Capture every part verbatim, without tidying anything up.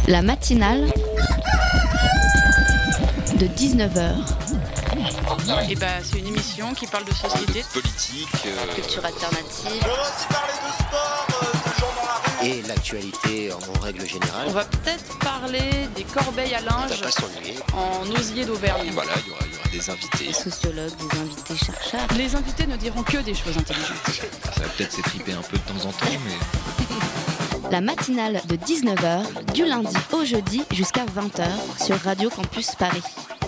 La matinale de dix-neuf heures. Et bah, c'est une émission qui parle de société, de politique, euh... culture alternative. On va aussi parler de sport, euh, de gens dans la rue. Et l'actualité en règle générale. On va peut-être parler des corbeilles à linge on va pas s'ennuyer. en osier d'Auvergne. Voilà, il y aura, il y aura des invités. Des sociologues, des invités chercheurs. Les invités ne diront que des choses intelligentes. Ça va peut-être s'étriper un peu de temps en temps, mais... La matinale de dix-neuf heures, du lundi au jeudi jusqu'à vingt heures sur Radio Campus Paris.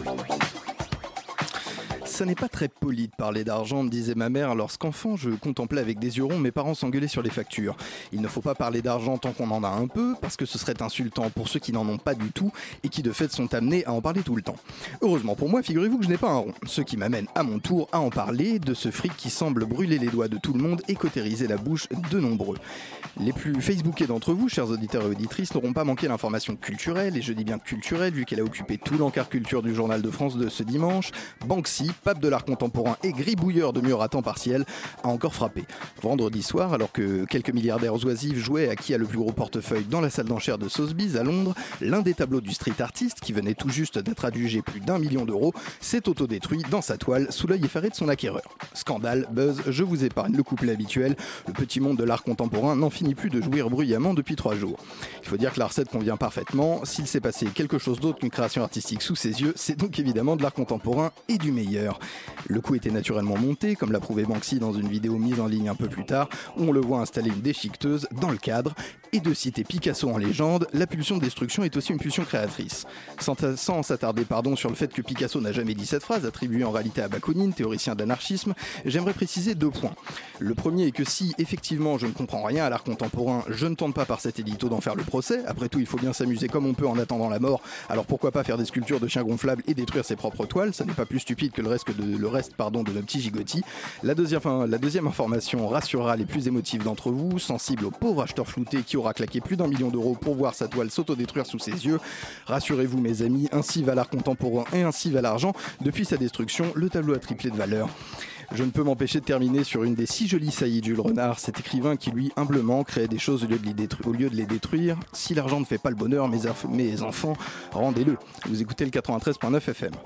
Ça n'est pas très poli de parler d'argent, me disait ma mère lorsqu'enfant je contemplais avec des yeux ronds mes parents s'engueuler sur les factures. Il ne faut pas parler d'argent tant qu'on en a un peu, parce que ce serait insultant pour ceux qui n'en ont pas du tout et qui de fait sont amenés à en parler tout le temps. Heureusement pour moi, figurez-vous que je n'ai pas un rond, ce qui m'amène à mon tour à en parler de ce fric qui semble brûler les doigts de tout le monde et cautériser la bouche de nombreux. Les plus facebookés d'entre vous, chers auditeurs et auditrices, n'auront pas manqué l'information culturelle, et je dis bien culturelle vu qu'elle a occupé tout l'encart culture du Journal de France de ce dimanche. Banksy, pape de l'art contemporain et gribouilleur de murs à temps partiel, a encore frappé. Vendredi soir, alors que quelques milliardaires oisifs jouaient à qui a le plus gros portefeuille dans la salle d'enchères de Sotheby's à Londres, l'un des tableaux du street artist, qui venait tout juste d'être adjugé plus d'un million d'euros, s'est autodétruit dans sa toile sous l'œil effaré de son acquéreur. Scandale, buzz, je vous épargne le couplet habituel, le petit monde de l'art contemporain n'en finit plus de jouir bruyamment depuis trois jours. Il faut dire que la recette convient parfaitement, s'il s'est passé quelque chose d'autre qu'une création artistique sous ses yeux, c'est donc évidemment de l'art contemporain et du meilleur. Le coup était naturellement monté, comme l'a prouvé Banksy dans une vidéo mise en ligne un peu plus tard, où on le voit installer une déchiqueteuse dans le cadre, et de citer Picasso en légende, la pulsion de destruction est aussi une pulsion créatrice. Sans, sans s'attarder pardon sur le fait que Picasso n'a jamais dit cette phrase, attribuée en réalité à Bakounine, théoricien de l'anarchisme, j'aimerais préciser deux points. Le premier est que si, effectivement, je ne comprends rien à l'art contemporain, je ne tente pas par cet édito d'en faire le procès. Après tout, il faut bien s'amuser comme on peut en attendant la mort, alors pourquoi pas faire des sculptures de chiens gonflables et détruire ses propres toiles, ça n'est pas plus stupide que le reste, que de, le reste pardon, de nos petits gigotis. La deuxième, enfin, la deuxième information rassurera les plus émotifs d'entre vous, sensibles au pauvre acheteur flouté qui aura claqué plus d'un million d'euros pour voir sa toile s'autodétruire sous ses yeux. Rassurez-vous mes amis, ainsi va l'art contemporain et ainsi va l'argent. Depuis sa destruction, le tableau a triplé de valeur. Je ne peux m'empêcher de terminer sur une des si jolies saillies de Jules Renard, cet écrivain qui lui, humblement, créait des choses au lieu de les détruire. Au lieu de les détruire. Si l'argent ne fait pas le bonheur, mes, aff- mes enfants, rendez-le. Vous écoutez le quatre-vingt-treize neuf F M.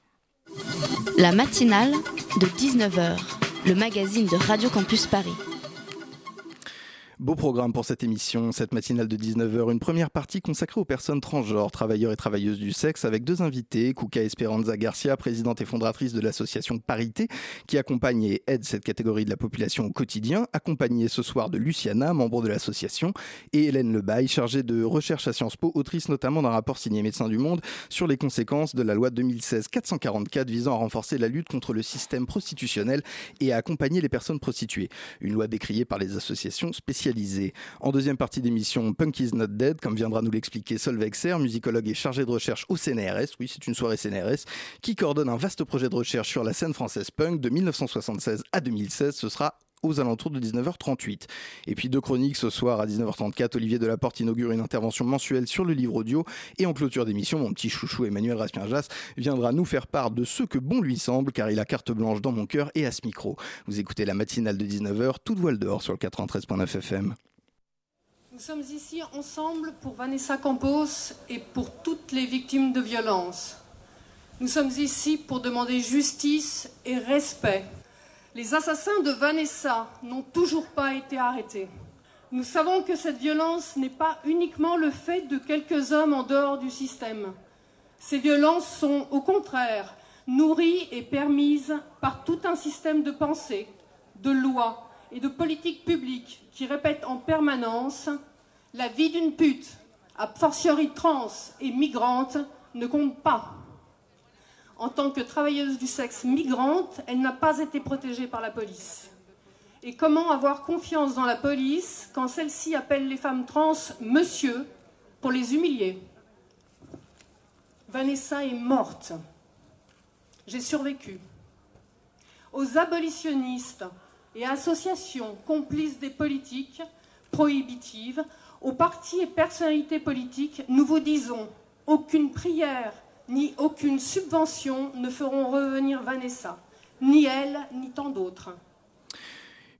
La matinale de dix-neuf heures, le magazine de Radio Campus Paris. Beau programme pour cette émission, cette matinale de dix-neuf heures, une première partie consacrée aux personnes transgenres, travailleurs et travailleuses du sexe, avec deux invités, Kuka Esperanza Garcia, présidente et fondatrice de l'association Parité, qui accompagne et aide cette catégorie de la population au quotidien, accompagnée ce soir de Luciana, membre de l'association, et Hélène Lebaille, chargée de recherche à Sciences Po, autrice notamment d'un rapport signé Médecins du Monde sur les conséquences de la loi deux mille seize quatre cent quarante-quatre visant à renforcer la lutte contre le système prostitutionnel et à accompagner les personnes prostituées. Une loi décriée par les associations spécialisées. En deuxième partie d'émission, Punk is not dead, comme viendra nous l'expliquer Solveig Serre, musicologue et chargé de recherche au C N R S, oui c'est une soirée C N R S, qui coordonne un vaste projet de recherche sur la scène française punk de dix-neuf cent soixante-seize à deux mille seize, ce sera aux alentours de dix-neuf heures trente-huit. Et puis deux chroniques ce soir à dix-neuf heures trente-quatre, Olivier Delaporte inaugure une intervention mensuelle sur le livre audio et en clôture d'émission, mon petit chouchou Emmanuel Raspien-Jas viendra nous faire part de ce que bon lui semble car il a carte blanche dans mon cœur et à ce micro. Vous écoutez la matinale de dix-neuf heures, toute voile dehors sur le quatre-vingt-treize neuf F M. Nous sommes ici ensemble pour Vanessa Campos et pour toutes les victimes de violences. Nous sommes ici pour demander justice et respect. Les assassins de Vanessa n'ont toujours pas été arrêtés. Nous savons que cette violence n'est pas uniquement le fait de quelques hommes en dehors du système. Ces violences sont, au contraire, nourries et permises par tout un système de pensée, de lois et de politiques publiques qui répètent en permanence « la vie d'une pute, a fortiori trans et migrante, ne compte pas ». En tant que travailleuse du sexe migrante, elle n'a pas été protégée par la police. Et comment avoir confiance dans la police quand celle-ci appelle les femmes trans « monsieur » pour les humilier? Vanessa est morte. J'ai survécu. Aux abolitionnistes et associations complices des politiques prohibitives, aux partis et personnalités politiques, nous vous disons « aucune prière ni aucune subvention ne feront revenir Vanessa, ni elle, ni tant d'autres ».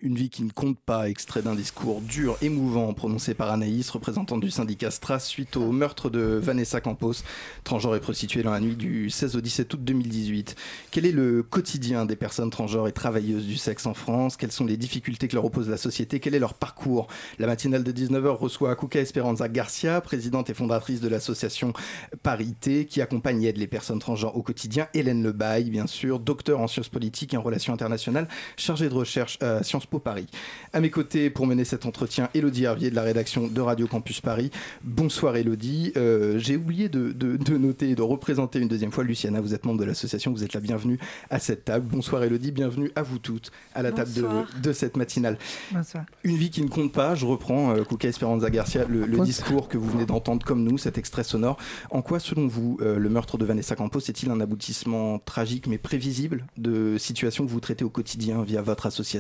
Une vie qui ne compte pas, extrait d'un discours dur, émouvant, prononcé par Anaïs, représentante du syndicat Stras, suite au meurtre de Vanessa Campos, transgenre et prostituée dans la nuit du seize au dix-sept août deux mille dix-huit. Quel est le quotidien des personnes transgenres et travailleuses du sexe en France ? Quelles sont les difficultés que leur oppose la société ? Quel est leur parcours ? La matinale de dix-neuf heures reçoit Cuca Esperanza Garcia, présidente et fondatrice de l'association Parité, qui accompagne et aide les personnes transgenres au quotidien. Hélène Lebaille, bien sûr, docteur en sciences politiques et en relations internationales, chargée de recherche à Sciences Po Paris. À mes côtés, pour mener cet entretien, Élodie Hervier de la rédaction de Radio Campus Paris. Bonsoir Élodie. Euh, j'ai oublié de, de, de noter et de représenter une deuxième fois Luciana. Vous êtes membre de l'association, vous êtes la bienvenue à cette table. Bonsoir Élodie, bienvenue à vous toutes à la Bonsoir. table de, de cette matinale. Bonsoir. Une vie qui ne compte pas, je reprends euh, Cuca Esperanza Garcia, le, le discours que vous venez d'entendre comme nous, cet extrait sonore. En quoi, selon vous, euh, le meurtre de Vanessa Campos est-il un aboutissement tragique mais prévisible de situations que vous traitez au quotidien via votre association ?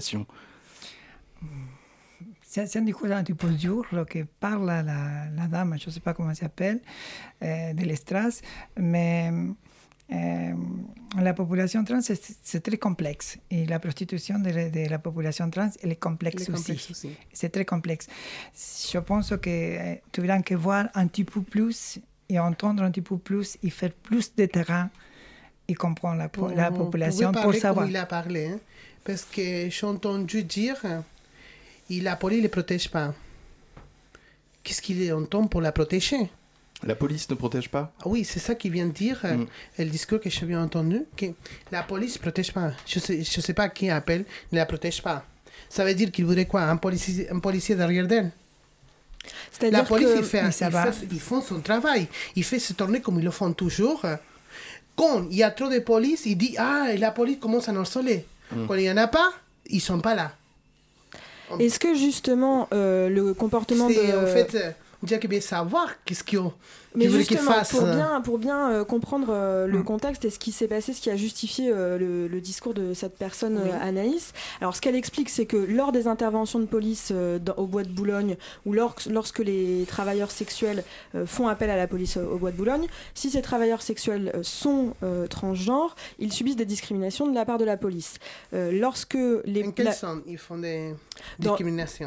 C'est, c'est un discours un petit peu dur, lo que parle la, la dame, je ne sais pas comment elle s'appelle, euh, de l'Estras, mais euh, la population trans, c'est, c'est très complexe. Et la prostitution de, de la population trans, elle est complexe, elle est complexe aussi. aussi. C'est très complexe. Je pense que euh, tu verras que voir un petit peu plus et entendre un petit peu plus et faire plus de terrain et comprendre la, pour, la population pour savoir. Comme il a parlé, hein, parce que j'ai entendu dire... Et la police ne les protège pas. Qu'est-ce qu'il entend pour la protéger ? La police ne protège pas ? Oui, c'est ça qu'il vient de dire, mm. le discours que j'ai bien entendu, que la police ne protège pas. Je ne sais, je sais pas qui appelle, ne la protège pas. Ça veut dire qu'il voudrait quoi ? Un policier, un policier derrière d'elle ? C'est-à-dire la police, que... il fait, il fait, ils font son travail. Ils font se tourner comme ils le font toujours. Quand il y a trop de police, il dit « Ah, la police commence à nous harceler. Mm. » Quand il n'y en a pas, ils ne sont pas là. Est-ce que justement euh, le comportement c'est, de... En fait, euh, on dirait qu'il veut savoir qu'est-ce qu'ils ont. Mais justement, pour bien, pour bien euh, comprendre euh, le mmh. contexte et ce qui s'est passé, ce qui a justifié euh, le, le discours de cette personne, oui. euh, Anaïs, alors ce qu'elle explique, c'est que lors des interventions de police euh, dans, au Bois de Boulogne, ou lors, lorsque les travailleurs sexuels euh, font appel à la police euh, au Bois de Boulogne, si ces travailleurs sexuels euh, sont euh, transgenres, ils subissent des discriminations de la part de la police. Euh, lorsque les... En quel la... sens ils font des discriminations ?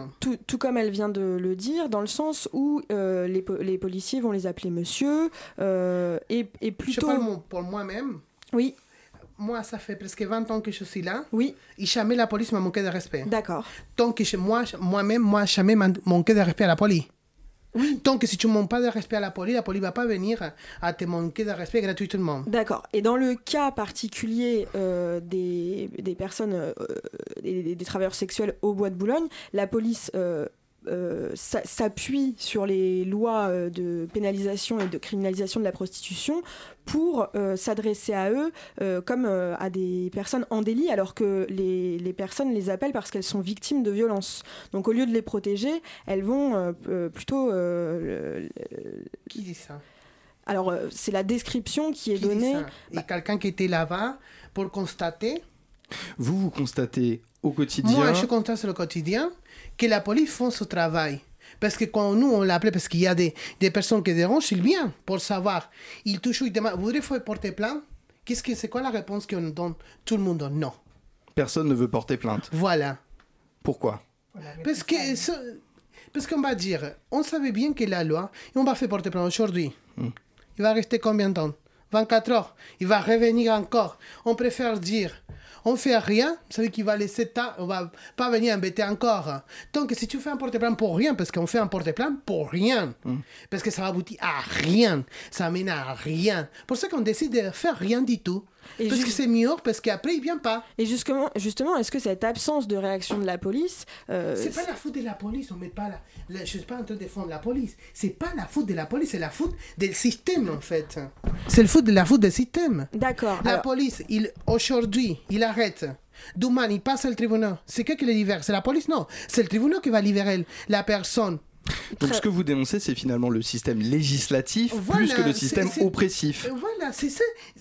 Dans, tout, tout comme elle vient de le dire, dans le sens où euh, les, po- les policiers vont les appeler monsieur, euh, et, et plutôt... Je parle pour moi-même. Oui. Moi, ça fait presque vingt ans que je suis là. Oui. Et jamais la police m'a manqué de respect. D'accord. Tant que je, moi, moi-même, moi, jamais m'a manqué de respect à la police. Oui. Tant que si tu ne manques pas de respect à la police, la police ne va pas venir à te manquer de respect gratuitement. D'accord. Et dans le cas particulier euh, des, des personnes, euh, des, des travailleurs sexuels au Bois de Boulogne, la police... Euh, Euh, s'appuie sur les lois euh, de pénalisation et de criminalisation de la prostitution pour euh, s'adresser à eux euh, comme euh, à des personnes en délit, alors que les, les personnes les appellent parce qu'elles sont victimes de violences. Donc au lieu de les protéger, elles vont euh, euh, plutôt... Euh, le, Qui dit ça ? Alors euh, c'est la description qui est qui donnée... Dit ça ? Et bah, quelqu'un qui était là-bas pour constater... Vous, vous constatez au quotidien... Moi, je constate au quotidien que la police fait son travail. Parce que quand nous, on l'appelait, parce qu'il y a des, des personnes qui dérangent, il vient pour savoir. Il touche, il demande, vous voudrez porter plainte ? Qu'est-ce que, c'est quoi la réponse qu'on donne ? Tout le monde donne non. Personne ne veut porter plainte. Voilà. Pourquoi ? Parce que... Parce qu'on va dire, on savait bien que la loi, et on va faire porter plainte aujourd'hui. Hmm. Il va rester combien de temps ? vingt-quatre heures. Il va revenir encore. On préfère dire... On ne fait rien, ça veut dire qu'il va laisser ta... On ne va pas venir embêter encore. Donc, si tu fais un porte-plainte pour rien, parce qu'on fait un porte-plainte pour rien, mm. parce que ça va aboutir à rien, ça mène à rien. Pour ça qu'on décide de faire rien du tout. Et parce juste... que c'est mieux, parce qu'après, il ne vient pas. Et justement, justement, est-ce que cette absence de réaction de la police... Euh, c'est pas la faute de la police, on met pas la... la... Je ne suis pas en train de défendre la police. C'est pas la faute de la police, c'est la faute du système, en fait. C'est le faute de la faute du système. D'accord. La alors... police, il... aujourd'hui, il arrête. Demain, il passe au tribunal. C'est qui qui le libère ? C'est la police ? Non. C'est le tribunal qui va libérer la personne. Donc ce que vous dénoncez, c'est finalement le système législatif voilà, plus que le système c'est, c'est, oppressif. Voilà, c'est ça.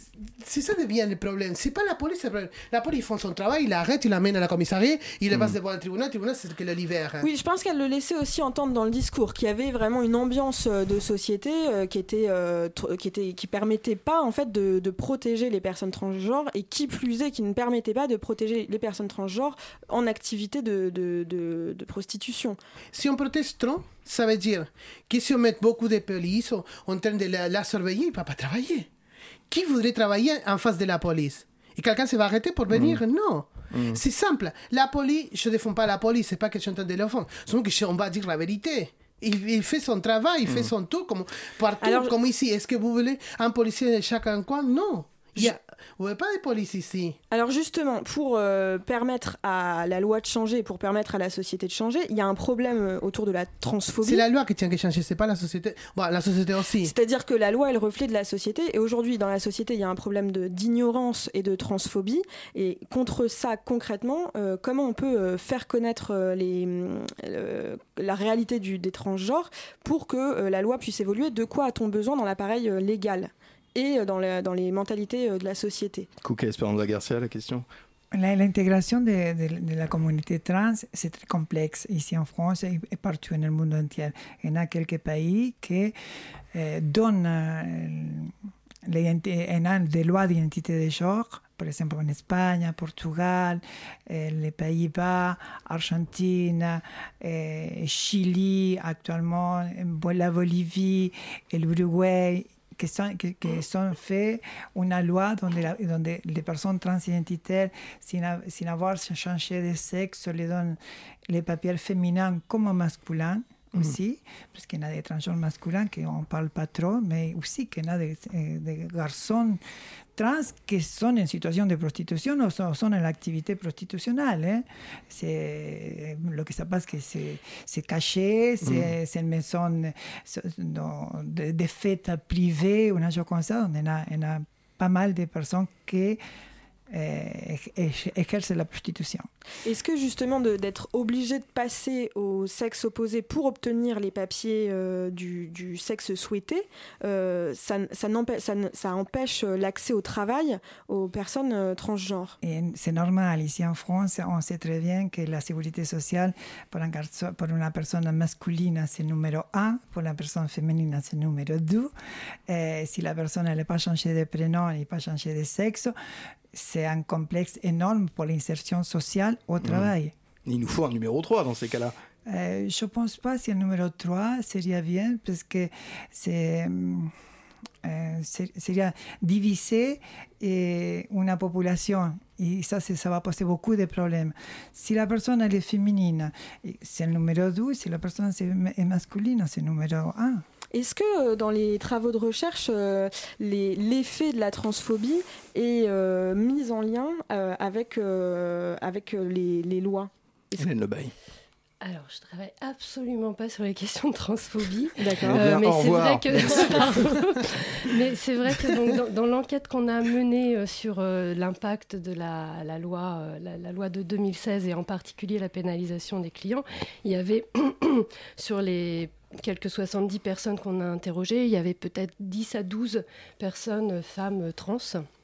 c'est ça devient le problème. C'est pas la police le problème. La police, ils font son travail, ils l'arrêtent, ils l'amènent à la commissariat, ils le passent devant le tribunal, le tribunal, c'est que le libère. Oui, je pense qu'elle le laissait aussi entendre dans le discours, qu'il y avait vraiment une ambiance de société euh, qui était, euh, tr- qui était, qui permettait pas en fait de, de protéger les personnes transgenres, et qui plus est, qui ne permettait pas de protéger les personnes transgenres en activité de, de, de, de prostitution. Si on protège trop, ça veut dire que si on met beaucoup de police en train de la, la surveiller, il ne va pas travailler. Qui voudrait travailler en face de la police? Et quelqu'un se va arrêter pour venir? Mmh. Non. Mmh. C'est simple. La police, je ne défends pas la police, ce n'est pas que je suis en train de l'offendre. Seulement qu'on va dire la vérité. Il, il fait son travail, il mmh. fait son tour, comme partout, Alors, comme ici. Est-ce que vous voulez un policier de chaque coin? Non. Il y a... Vous n'avez pas de police ici. Alors justement, pour euh, permettre à la loi de changer, pour permettre à la société de changer, il y a un problème autour de la transphobie. C'est la loi qui tient à changer, c'est pas la société. Bon, la société aussi. C'est-à-dire que la loi est le reflet de la société, et aujourd'hui dans la société il y a un problème de, d'ignorance et de transphobie, et contre ça concrètement, euh, comment on peut euh, faire connaître euh, les, euh, la réalité du, des transgenres pour que euh, la loi puisse évoluer? De quoi a-t-on besoin dans l'appareil euh, légal et dans, la, dans les mentalités de la société? Kouka Esperanza Garcia, la question. La, l'intégration de, de, de la communauté trans, c'est très complexe ici en France et, et partout dans le monde entier. Il y a quelques pays qui euh, donnent euh, des lois d'identité de genre, par exemple en Espagne, Portugal, euh, les Pays-Bas, Argentine, euh, Chili actuellement, la Bolivie et l'Uruguay, qui sont, qui, qui sont faits une loi dont les personnes transidentitaires, sans, sans avoir changé de sexe, les donnent les papiers féminins comme masculins aussi, mmh. parce qu'il y a des transgenres masculins qu'on ne parle pas trop, mais aussi qu'il y a des, des garçons trans qui sont en situation de prostitution ou sont, sont en activité prostitutionnelle. Hein. C'est, ce qui se passe, que c'est, c'est caché, c'est, mmh. c'est une maison de, de fêtes privées, une chose comme ça, on a, on a pas mal de personnes qui euh, exercent la prostitution. Est-ce que justement de, d'être obligé de passer au sexe opposé pour obtenir les papiers euh, du, du sexe souhaité, euh, ça, ça, ça, ça empêche l'accès au travail aux personnes euh, transgenres? Et c'est normal. Ici en France, on sait très bien que la sécurité sociale pour, un garçon, pour une personne masculine, c'est numéro un, pour la personne féminine, c'est numéro deux. Et si la personne n'a pas changé de prénom, n'a pas changé de sexe, c'est un complexe énorme pour l'insertion sociale au travail. Mmh. Il nous faut un numéro trois dans ces cas-là. Euh, je ne pense pas si un numéro trois serait bien, parce que c'est, euh, c'est, serait diviser et une population. Et ça, c'est, ça va poser beaucoup de problèmes. Si la personne elle est féminine, c'est le numéro deux. Si la personne est masculine, c'est le numéro un. Est-ce que dans les travaux de recherche, euh, les, l'effet de la transphobie est euh, mis en lien euh, avec, euh, avec les, les lois? Hélène Lebaille. Alors, je travaille absolument pas sur les questions de transphobie. D'accord. Euh, mais, c'est vrai que, mais c'est vrai que donc, dans, dans l'enquête qu'on a menée euh, sur euh, l'impact de la, la, loi, euh, la, la loi de deux mille seize et en particulier la pénalisation des clients, il y avait sur les quelques soixante-dix personnes qu'on a interrogées, il y avait peut-être dix à douze personnes, femmes trans.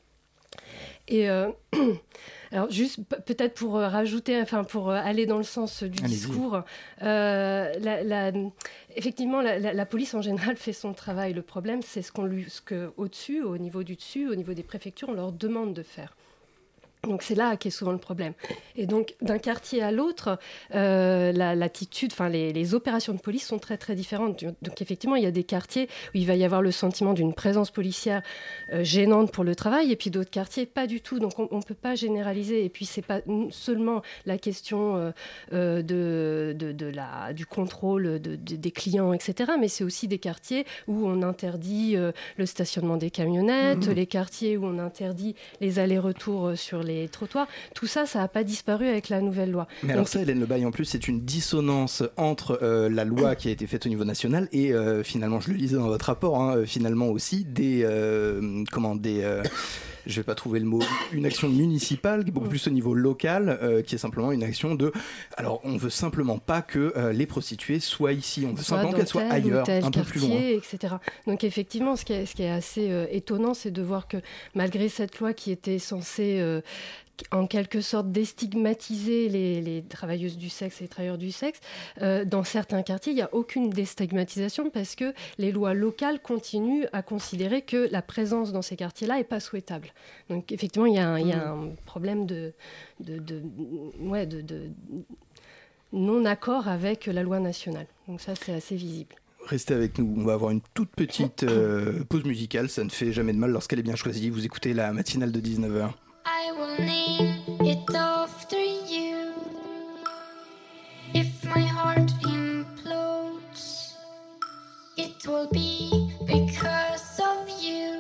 Et euh, alors juste peut-être pour rajouter, enfin pour aller dans le sens du Allez-y. discours, euh, la, la, effectivement la, la, la police en général fait son travail. Le problème, c'est ce qu'on lui, ce que au-dessus, au niveau du dessus, au niveau des préfectures, on leur demande de faire. Donc c'est là qu'est souvent le problème. Et donc d'un quartier à l'autre, euh, la, l'attitude, enfin les, les opérations de police sont très très différentes. Donc effectivement, il y a des quartiers où il va y avoir le sentiment d'une présence policière euh, gênante pour le travail, et puis d'autres quartiers pas du tout. Donc on ne peut pas généraliser. Et puis c'est pas seulement la question euh, euh, de, de, de la, du contrôle de, de, des clients, et cetera. Mais c'est aussi des quartiers où on interdit euh, le stationnement des camionnettes, mmh. les quartiers où on interdit les allers-retours sur les les trottoirs, tout ça, ça n'a pas disparu avec la nouvelle loi. Mais donc, alors ça, Hélène Lebaille, en plus, c'est une dissonance entre euh, la loi qui a été faite au niveau national et euh, finalement, je le lisais dans votre rapport, hein, finalement aussi, des... Euh, comment, des... Euh, je vais pas trouver le mot, une action municipale, beaucoup plus au niveau local, euh, qui est simplement une action de, alors on veut simplement pas que euh, les prostituées soient ici, on veut soit simplement qu'elles soient ailleurs, un peu plus loin. et cetera. Donc effectivement, ce qui est, ce qui est assez euh, étonnant, c'est de voir que malgré cette loi qui était censée euh, en quelque sorte déstigmatiser les, les travailleuses du sexe et les travailleurs du sexe, euh, dans certains quartiers, il n'y a aucune déstigmatisation parce que les lois locales continuent à considérer que la présence dans ces quartiers-là n'est pas souhaitable. Donc effectivement, il y a un, il y a un problème de, de, de, ouais, de, de non-accord avec la loi nationale. Donc ça, c'est assez visible. Restez avec nous, on va avoir une toute petite euh, pause musicale, ça ne fait jamais de mal lorsqu'elle est bien choisie. Vous écoutez la matinale de dix-neuf heures. I will name it after you. If my heart implodes, it will be because of you.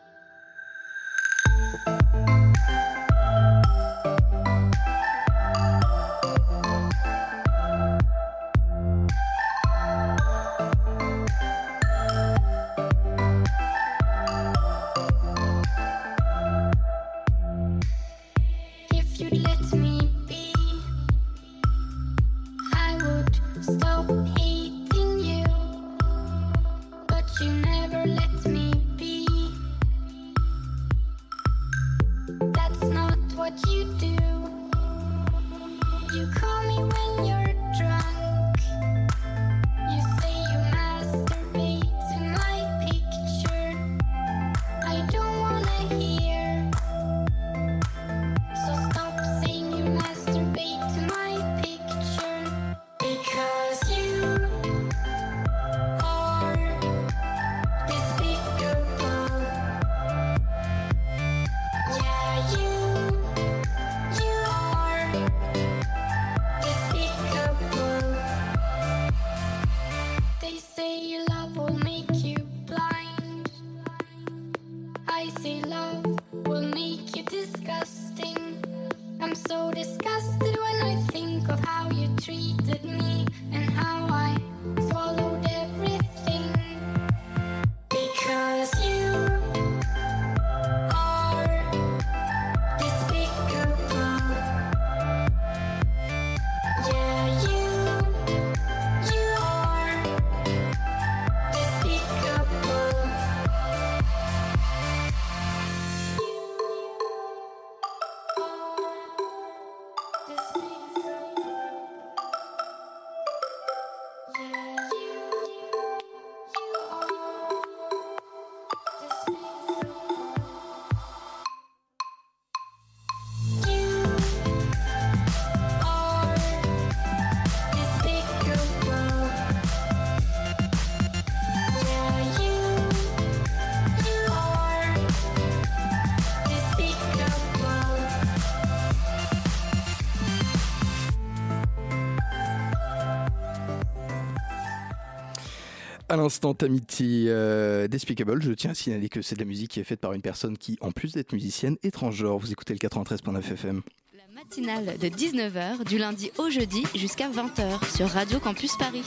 À l'instant, Tamiti euh, Despicable, je tiens à signaler que c'est de la musique qui est faite par une personne qui, en plus d'être musicienne, est transgenre. Vous écoutez le quatre-vingt-treize virgule neuf F M. La matinale de dix-neuf heures, du lundi au jeudi jusqu'à vingt heures sur Radio Campus Paris.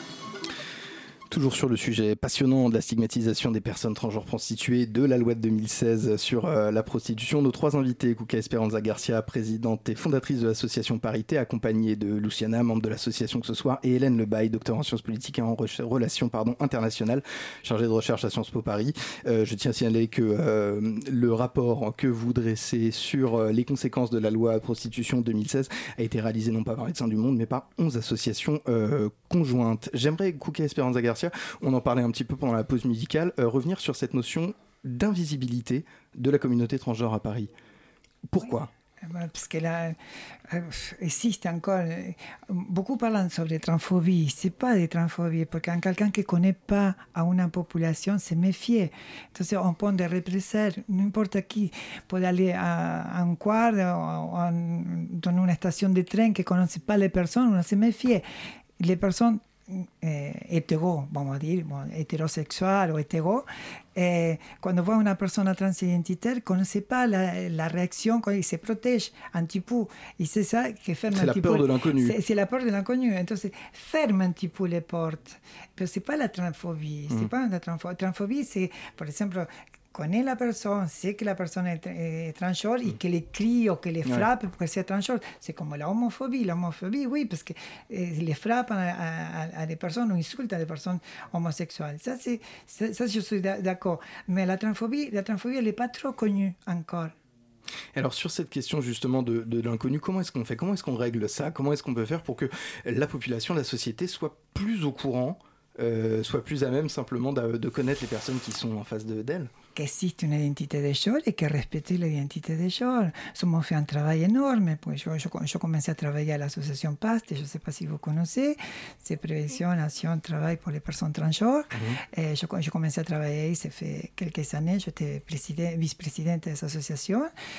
Toujours sur le sujet passionnant de la stigmatisation des personnes transgenres prostituées, de la loi de deux mille seize sur euh, la prostitution, nos trois invités, Kuka Esperanza Garcia, présidente et fondatrice de l'association Parité, accompagnée de Luciana, membre de l'association Que ce soit, et Hélène Lebaille, docteur en sciences politiques et en re- relations pardon, internationales, chargée de recherche à Sciences Po Paris. Euh, je tiens à signaler que euh, le rapport que vous dressez sur euh, les conséquences de la loi prostitution deux mille seize a été réalisé non pas par Médecins du Monde, mais par onze associations euh, conjointes. J'aimerais, Kuka Esperanza Garcia, on en parlait un petit peu pendant la pause musicale, euh, revenir sur cette notion d'invisibilité de la communauté transgenre à Paris. Pourquoi ? Parce que là, euh, existe encore, beaucoup parlent sur la transphobie, c'est pas de transphobie, parce que quelqu'un qui ne connaît pas à une population se méfie. Entonces, on peut represser n'importe qui, peut aller à un quart ou dans une station de train qui ne connaît pas les personnes, on se méfie. Les personnes Eh, hetero, vamos a decir, bueno, heterosexual o hetero, eh, cuando va una persona transidentitaire, conoce pas la, la réaction, quand il se protège un petit peu. Et c'est ça qui ferme un petit peu. C'est la peur de l'inconnu. C'est, c'est la peur de l'inconnu. Entonces, ferme un petit peu les portes. Mais c'est pas la transphobie. Mm. C'est pas la transphobie. Transphobie, c'est, par exemple, connaît la personne, sait que la personne est, est transgenre et qu'elle les crie ou qu'elle les frappe ouais. parce que c'est transgenre. C'est comme la homophobie. L'homophobie, oui, parce qu'elle les frappe à, à, à des personnes ou insulte à des personnes homosexuelles. Ça, c'est, ça, ça je suis d'accord. Mais la transphobie, la transphobie, elle n'est pas trop connue encore. Alors sur cette question justement de, de l'inconnu, comment est-ce qu'on fait ? Comment est-ce qu'on règle ça ? Comment est-ce qu'on peut faire pour que la population, la société soit plus au courant, euh, soit plus à même simplement de, de connaître les personnes qui sont en face de, d'elle ? Qu'existe une identité de genre et que respecter l'identité de genre. Nous avons fait un travail énorme. Je, je, je commençais à travailler à l'association PASTE, je ne sais pas si vous connaissez, c'est Prévention, Action, Travail pour les personnes transgenres. Mm-hmm. Et je, je commençais à travailler, ça fait quelques années, j'étais vice-présidente de cette association.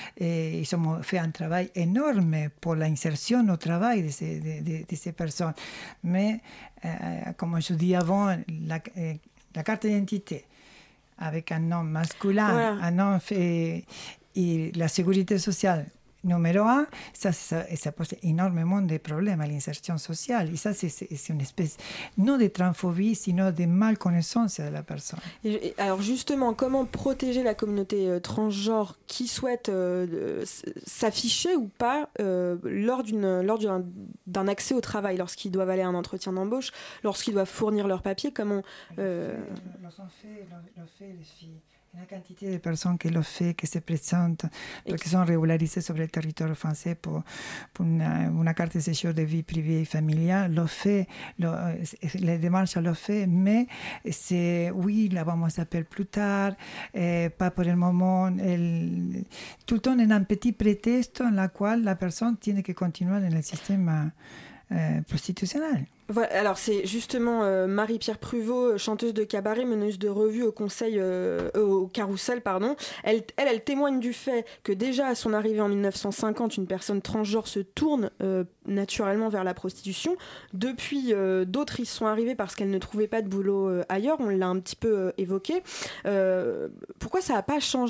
Et ils ont fait un travail énorme pour l'insertion au travail de ces, de, de, de ces personnes. Mais, euh, comme je dis avant, la, euh, la carte d'identité, avec un nom masculin, voilà. un nom fait, et la sécurité sociale numéro un, ça, ça, ça pose énormément de problèmes à l'insertion sociale. Et ça, c'est, c'est, c'est une espèce, non de transphobie, sinon de mal-connaissance de la personne. Et, alors justement, comment protéger la communauté euh, transgenre qui souhaite euh, s'afficher ou pas euh, lors, d'une, lors d'un, d'un accès au travail, lorsqu'ils doivent aller à un entretien d'embauche, lorsqu'ils doivent fournir leurs papiers, comment... Euh... Lo fait, lo, lo fait les filles. Une quantité de personnes qui l'ont fait, qui se présentent, parce qu'ils sont régularisés sur le territoire français pour, pour une, une carte de séjour de vie privée et familiale, l'ont fait, l'ont, les démarches l'ont fait, mais c'est, oui, la maman s'appelle plus tard, et pas pour le moment. Elle, tout le temps, il y a un petit prétexte dans lequel la personne tient que continuer dans le système euh, prostitutionnel. Voilà, alors c'est justement euh, Marie-Pierre Pruvot, chanteuse de cabaret, meneuse de revue au conseil, euh, euh, au Carrousel, pardon. Elle, elle, elle témoigne du fait que déjà à son arrivée en dix-neuf cent cinquante, une personne transgenre se tourne euh, naturellement vers la prostitution. Depuis, euh, d'autres y sont arrivés parce qu'elles ne trouvaient pas de boulot euh, ailleurs. On l'a un petit peu euh, évoqué. Euh, pourquoi ça n'a pas changé ?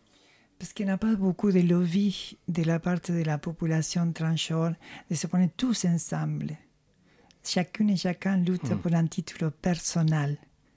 Parce qu'il n'y a pas beaucoup de lobby de la part de la population transgenre de se prendre tous ensemble. Chacune et chacun lutte mmh. pour un titre personnel.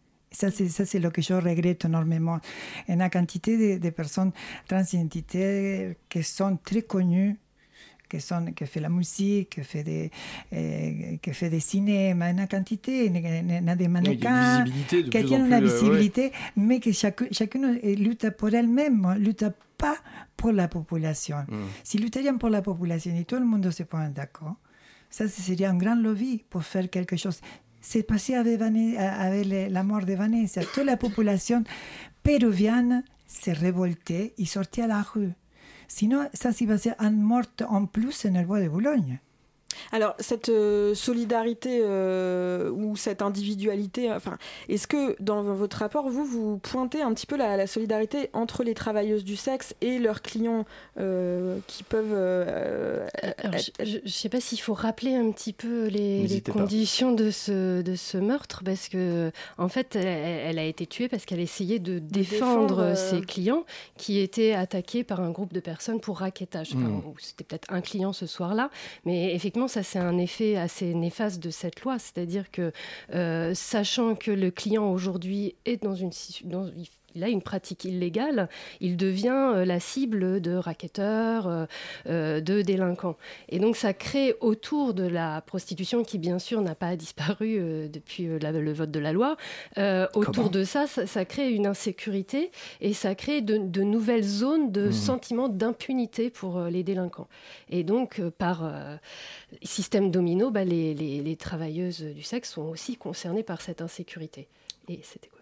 Ça c'est, ça, c'est ce que je regrette énormément. Il y a une quantité de, de personnes transidentitaires qui sont très connues, qui, sont, qui font la musique, qui font des, euh, qui font des cinémas, une quantité, il y a des mannequins, oui, qui ont une visibilité, ouais. mais que chacune, chacune lutte pour elle-même, ne lutte pas pour la population. Mmh. Si lutteraient pour la population et tout le monde se point d'accord, ça, serait un grand lobby pour faire quelque chose. C'est passé avec, avec la mort de Vanessa. Toute la population péruvienne s'est révoltée et sortait à la rue. Sinon, ça s'est passé en mort en plus dans le bois de Boulogne. Alors, cette euh, solidarité euh, ou cette individualité, enfin, est-ce que dans votre rapport, vous, vous pointez un petit peu la, la solidarité entre les travailleuses du sexe et leurs clients euh, qui peuvent... Euh, Alors, être... Je ne sais pas s'il faut rappeler un petit peu les, les conditions de ce, de ce meurtre, parce que en fait, elle, elle a été tuée parce qu'elle essayait de, de défendre, défendre euh... ses clients qui étaient attaqués par un groupe de personnes pour rackettage. Enfin, mmh. C'était peut-être un client ce soir-là, mais effectivement, ça c'est un effet assez néfaste de cette loi, c'est-à-dire que euh, sachant que le client aujourd'hui est dans une dans, il a une pratique illégale, il devient euh, la cible de racketteurs, euh, euh, de délinquants. Et donc ça crée autour de la prostitution, qui bien sûr n'a pas disparu euh, depuis euh, la, le vote de la loi, euh, autour Comment de ça, ça, ça crée une insécurité et ça crée de, de nouvelles zones de mmh. sentiment d'impunité pour euh, les délinquants. Et donc euh, par euh, système domino, bah, les, les, les travailleuses du sexe sont aussi concernées par cette insécurité. Et c'était quoi ?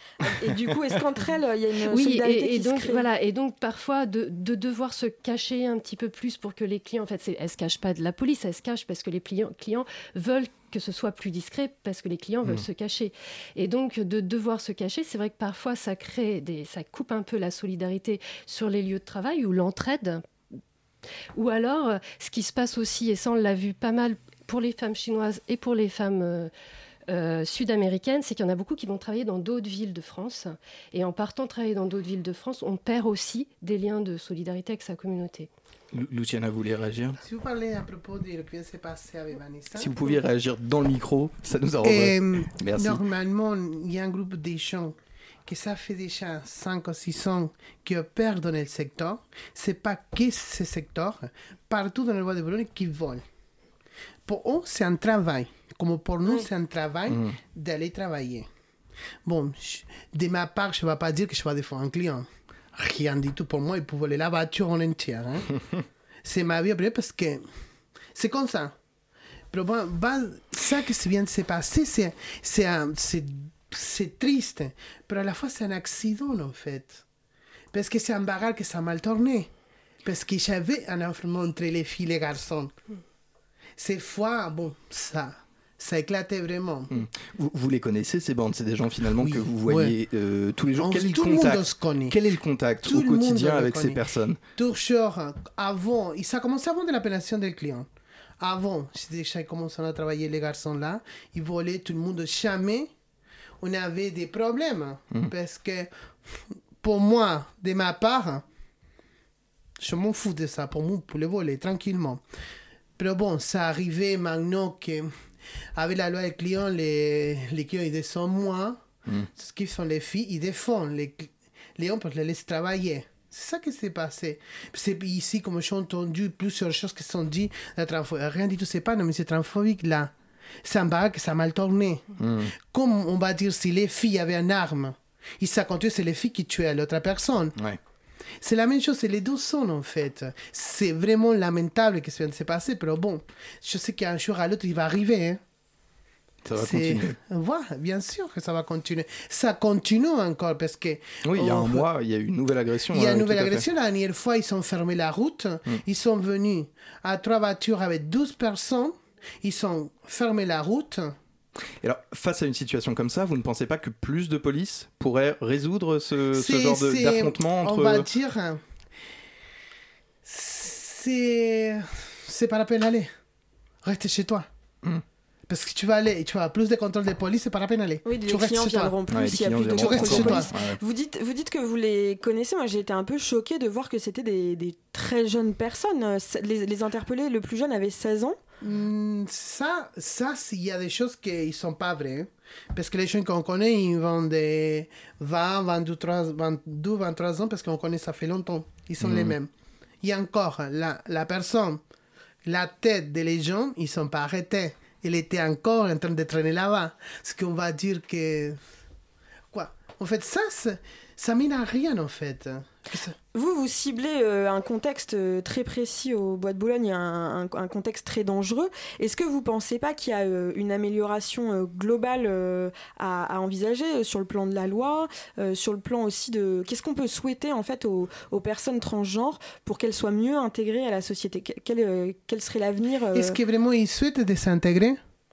Et du coup, est-ce qu'entre elles, il y a une oui, solidarité et, et qui donc, se crée ? Voilà, et donc parfois de, de devoir se cacher un petit peu plus pour que les clients, en fait, c'est, elles ne se cachent pas de la police, elles se cachent parce que les clients, clients veulent que ce soit plus discret, parce que les clients mmh. veulent se cacher. Et donc, de devoir se cacher, c'est vrai que parfois, ça crée des, ça coupe un peu la solidarité sur les lieux de travail ou l'entraide. Ou alors, ce qui se passe aussi, et ça, on l'a vu pas mal pour les femmes chinoises et pour les femmes... Euh, Euh, sud-américaine, c'est qu'il y en a beaucoup qui vont travailler dans d'autres villes de France. Et en partant travailler dans d'autres villes de France, on perd aussi des liens de solidarité avec sa communauté. Luciana, vous voulez réagir ? Si vous parlez à propos de ce qui s'est passé avec Vanessa... Si vous pouviez réagir dans le micro, ça nous arrangerait. Euh, Merci. Normalement, il y a un groupe de gens que ça fait déjà cinq ou six ans qu'ils opèrent dans le secteur. Ce n'est pas que ce secteur, partout dans le bois de Boulogne, qui volent. Pour eux, c'est un travail. Comme pour nous, oui. c'est un travail mmh. d'aller travailler. Bon, je, de ma part, je ne vais pas dire que je vais défendre un client. Rien du tout. Pour moi, il peut voler la voiture en entière. Hein. C'est ma vie après parce que c'est comme ça. Mais bon, bah, ça qui vient de se passer, c'est, c'est, un, c'est, c'est triste. Mais à la fois, c'est un accident, en fait. Parce que c'est un bagarre qui s'est mal tourné. Parce que j'avais un affrontement entre les filles et les garçons. Ces fois, bon, ça... Ça éclatait vraiment. Mmh. Vous, vous les connaissez, ces bandes? C'est des gens finalement oui, que vous voyez ouais. euh, tous les jours. On, Quel est, tout le le contact, monde se connaît. Quel est le contact tout au le quotidien avec ces personnes? Toujours avant, ça a commencé avant de la pénétration des clients. Avant, j'ai commencé à travailler les garçons là, ils volaient tout le monde. Jamais on avait des problèmes. Mmh. Parce que pour moi, de ma part, je m'en fous de ça. Pour moi, pour les voler tranquillement. Mais bon, ça arrivait maintenant que avec la loi des clients, les, les clients ils descendent moins. Mm. Ce qui sont les filles, ils défendent les, les hommes pour les laisser travailler. C'est ça qui s'est passé. C'est ici, comme j'ai entendu plusieurs choses qui sont dites, la transphobique. Rien du tout, c'est pas, non, mais c'est transphobique là. C'est un bagarre qui s'est mal tourné. Mm. Comme on va dire, si les filles avaient une arme, et ça continue, c'est les filles qui tuaient l'autre personne. Ouais. C'est la même chose, c'est les deux sons en fait. C'est vraiment lamentable que ça vient de se passer, mais bon, je sais qu'un jour à l'autre, il va arriver. Hein. Ça va c'est... continuer. Voilà, bien sûr que ça va continuer. Ça continue encore parce que... Oui, il y a un peut... mois, il y a eu une nouvelle agression. Il y a une nouvelle agression. La dernière fois, ils ont fermé la route. Mm. Ils sont venus à trois voitures avec douze personnes. Ils ont fermé la route. Et alors, face à une situation comme ça, vous ne pensez pas que plus de police pourrait résoudre ce, ce genre de, d'affrontement entre... On va dire... C'est... C'est pas la peine d'aller. Reste chez toi. Mm. Parce que tu vas aller, tu vas plus de contrôle de police, c'est pas la peine d'aller. Oui, les clients viendront plus, ouais, il y a plus de contrôle de police. Ouais. Vous dites, vous dites que vous les connaissez. Moi, j'ai été un peu choquée de voir que c'était des, des très jeunes personnes. Les, les interpellés, le plus jeune avait seize ans. Mm, ça, ça, il y a des choses qui ne sont pas vraies. Parce que les jeunes qu'on connaît, ils vont de vingt, vingt-deux, vingt-trois ans, parce qu'on connaît ça fait longtemps. Ils sont mm. les mêmes. Il y a encore la, la personne, la tête des gens, ils ne sont pas arrêtés. Il était encore en train de traîner là-bas. Ce qu'on va dire que... Quoi? En fait, ça, ça mène à rien, en fait. Vous, vous ciblez euh, un contexte très précis au Bois de Boulogne, un, un, un contexte très dangereux. Est-ce que vous ne pensez pas qu'il y a euh, une amélioration euh, globale euh, à, à envisager euh, sur le plan de la loi, euh, sur le plan aussi de... Qu'est-ce qu'on peut souhaiter en fait aux, aux personnes transgenres pour qu'elles soient mieux intégrées à la société? Quel, euh, quel serait l'avenir euh... Est-ce que vraiment ils souhaitent de s'intégrer?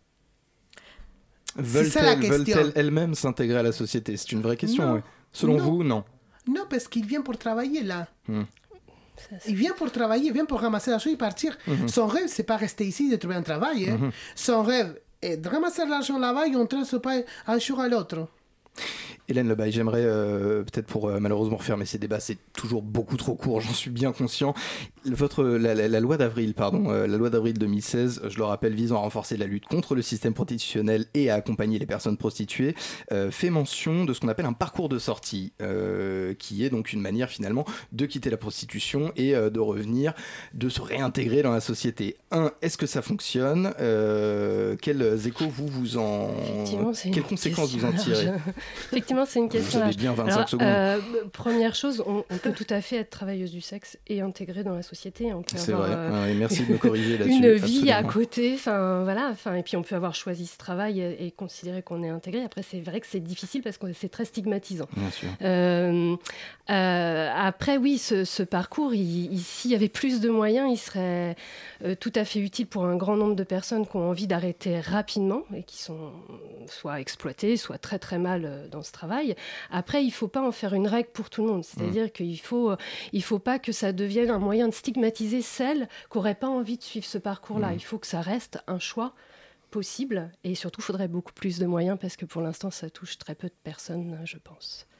Veulent-elles, veulent-elles elles-mêmes s'intégrer à la société? C'est une vraie question. Ouais. Selon non. vous, non. Non, parce qu'il vient pour travailler là. Mmh. Il vient pour travailler, il vient pour ramasser l'argent et partir. Mmh. Son rêve, c'est pas rester ici et de trouver un travail. Hein. Mmh. Son rêve est de ramasser l'argent là-bas et on ne se pas un jour à l'autre. Hélène Lebaille, j'aimerais euh, peut-être pour euh, malheureusement refermer ces débats, c'est toujours beaucoup trop court, j'en suis bien conscient. Votre, la, la, la loi d'avril, pardon, euh, la loi d'avril deux mille seize, je le rappelle, visant à renforcer la lutte contre le système prostitutionnel et à accompagner les personnes prostituées, euh, fait mention de ce qu'on appelle un parcours de sortie, euh, qui est donc une manière finalement de quitter la prostitution et euh, de revenir, de se réintégrer dans la société. Un, est-ce que ça fonctionne? euh, Quels échos vous vous en, quelles conséquences vous en tirez? Effectivement, c'est une question large. Bien vingt-cinq Alors, secondes. Euh, première chose, on, on peut tout à fait être travailleuse du sexe et intégrée dans la société. On peut c'est avoir, vrai. Euh, ouais, merci de me corriger là-dessus. Une vie absolument. à côté, enfin voilà. Enfin, et puis on peut avoir choisi ce travail et, et considérer qu'on est intégré. Après, c'est vrai que c'est difficile parce que c'est très stigmatisant. Bien sûr. Euh, euh, après, oui, ce, ce parcours, il, il, s'il y avait plus de moyens, il serait euh, tout à fait utile pour un grand nombre de personnes qui ont envie d'arrêter rapidement et qui sont soit exploitées, soit très très mal dans ce travail. Après, il ne faut pas en faire une règle pour tout le monde. C'est-à-dire mmh. qu'il ne faut, il faut pas que ça devienne un moyen de stigmatiser celles qui n'auraient pas envie de suivre ce parcours-là. Mmh. Il faut que ça reste un choix possible. Et surtout, il faudrait beaucoup plus de moyens parce que pour l'instant, ça touche très peu de personnes, je pense.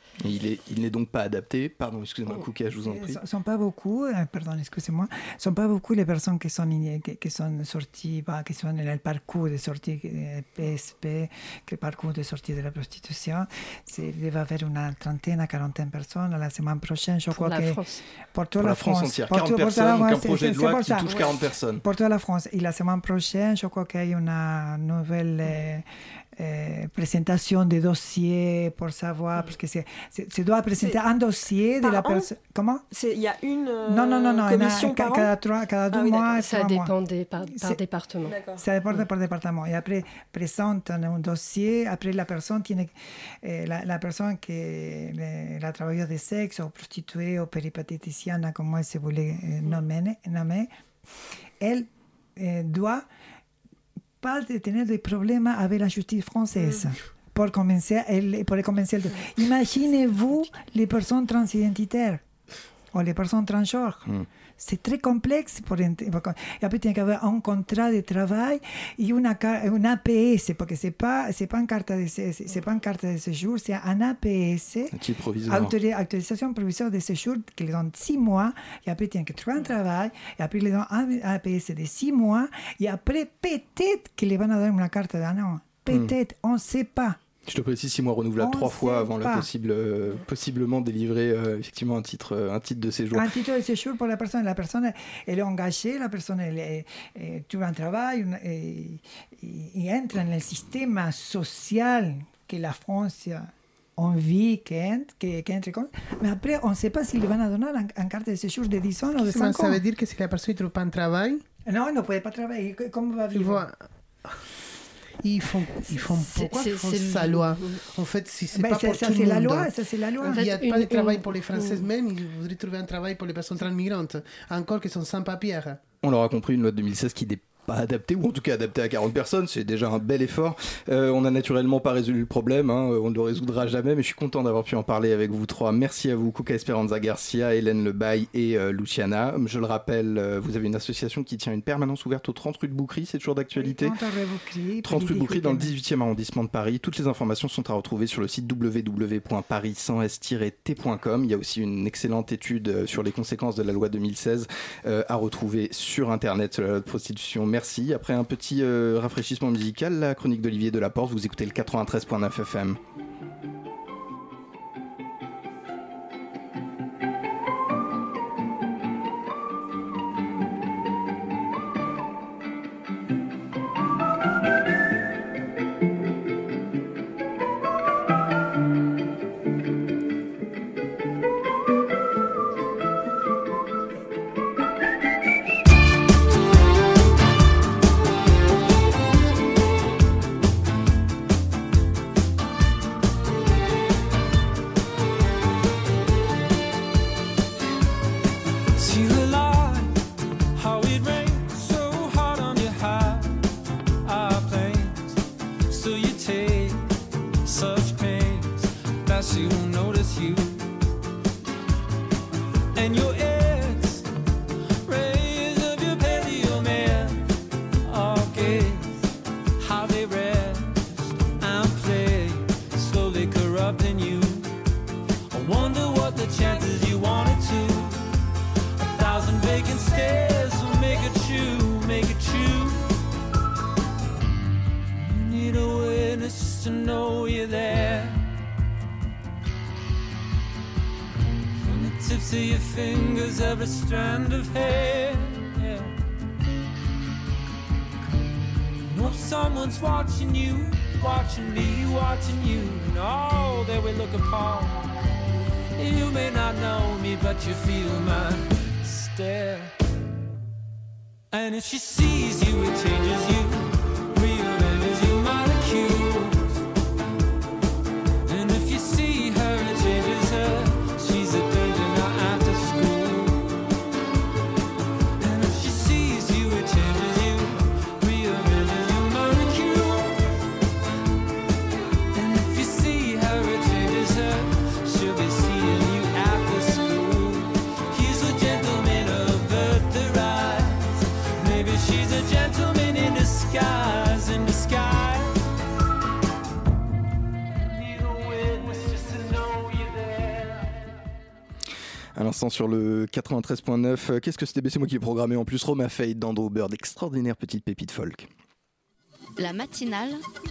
Et il, est, il n'est donc pas adapté. Pardon, excusez-moi, Kouka, je vous en prie. Ce ne sont pas beaucoup, euh, pardon, excusez-moi, ce sont pas beaucoup les personnes qui sont, qui, qui sont sorties, bah, qui sont dans le parcours de sortie euh, P S P, le parcours de sortie de la prostitution. C'est, il va y avoir une trentaine à quarantaine de personnes la semaine prochaine, je pour crois la que... France. Pour toute pour la, la France, France entière. Pour quarante tout, personnes, pour donc un projet de loi qui touche ça. quarante personnes. Pour toute la France. Et la semaine prochaine, je crois qu'il y a une nouvelle... Euh, Euh, présentation des dossiers pour savoir, parce que c'est, c'est, c'est doit présenter un dossier de la personne. Comment? Il y a une euh, non, non, non, non, commission a, par cada, an trois, cada deux ah, oui, mois. Ça dépend des, par, par c'est, département. Ça dépend oui. par département. Et après, présente un dossier. Après, la personne, tiene, eh, la, la personne qui est la travailleuse de sexe, ou prostituée, ou péripatéticienne, comme elle se voulait eh, nommer, nommer, elle eh, doit pas de tener des problèmes avec la justice française. Mm. Pour commencer, elle, pour commencer, imaginez-vous les personnes transidentitaires ou les personnes transgenres. Mm. C'est très complexe. Pour, et après, il y a un contrat de travail et une, une A P S, parce que ce n'est pas, c'est pas, pas une carte de séjour, c'est un A P S, autorisation provisoire de séjour, qui les donne six mois, et après, il y a que trouver un travail, et après, ils les donnent un A P S de six mois, et après, peut-être qu'ils les vont donner une carte d'un an. Peut-être, mm. on ne sait pas. Je te précise, six mois renouvelables trois fois avant la possible, euh, possiblement délivrer euh, effectivement un titre, euh, un titre de séjour. Un titre de séjour pour la personne. La personne, elle est engagée, la personne, elle, est, elle trouve un travail, et, et entre dans le système social que la France a envie qu'entre, qu'entre. Mais après, on ne sait pas s'ils vont donner un, un carte de séjour de dix ans ou de cinq ans. Ça veut dire que si la personne ne trouve pas un travail... Non, elle ne peut pas travailler. Comment va vivre? Ils font, ils font pourquoi ils font sa loi? En fait, si c'est ben pas c'est, pour ça, tout le c'est monde. La loi, ça, c'est la loi. Il n'y a une, pas de travail une, pour les Françaises une... même. Ils voudraient trouver un travail pour les personnes transmigrantes, encore qui sont sans papiers. On l'aura compris, une loi de deux mille seize qui n'est pas adaptée, ou en tout cas adaptée à quarante personnes, c'est déjà un bel effort. Euh, on n'a naturellement pas résolu le problème, hein, on ne le résoudra jamais, mais je suis content d'avoir pu en parler avec vous trois. Merci à vous, Kouka Esperanza Garcia, Hélène Lebaille et euh, Luciana. Je le rappelle, euh, vous avez une association qui tient une permanence ouverte au trente rue de Boucry, c'est toujours d'actualité. Oui, trente rue de Boucry dans le dix-huitième arrondissement de Paris. Toutes les informations sont à retrouver sur le site w w w point paris sans s tiret t point com. Il y a aussi une excellente étude sur les conséquences de la loi deux mille seize euh, à retrouver sur internet sur la loi de prostitution. Merci. Après un petit euh, rafraîchissement musical, la chronique d'Olivier Delaporte, vous écoutez le quatre-vingt-treize virgule neuf F M. She's a gentleman in disguise. À l'instant sur le quatre-vingt-treize point neuf, qu'est-ce que c'était? C'est moi qui l'ai programmé en plus. Roma Fade d'Andrew Bird, extraordinaire petite pépite folk. La matinale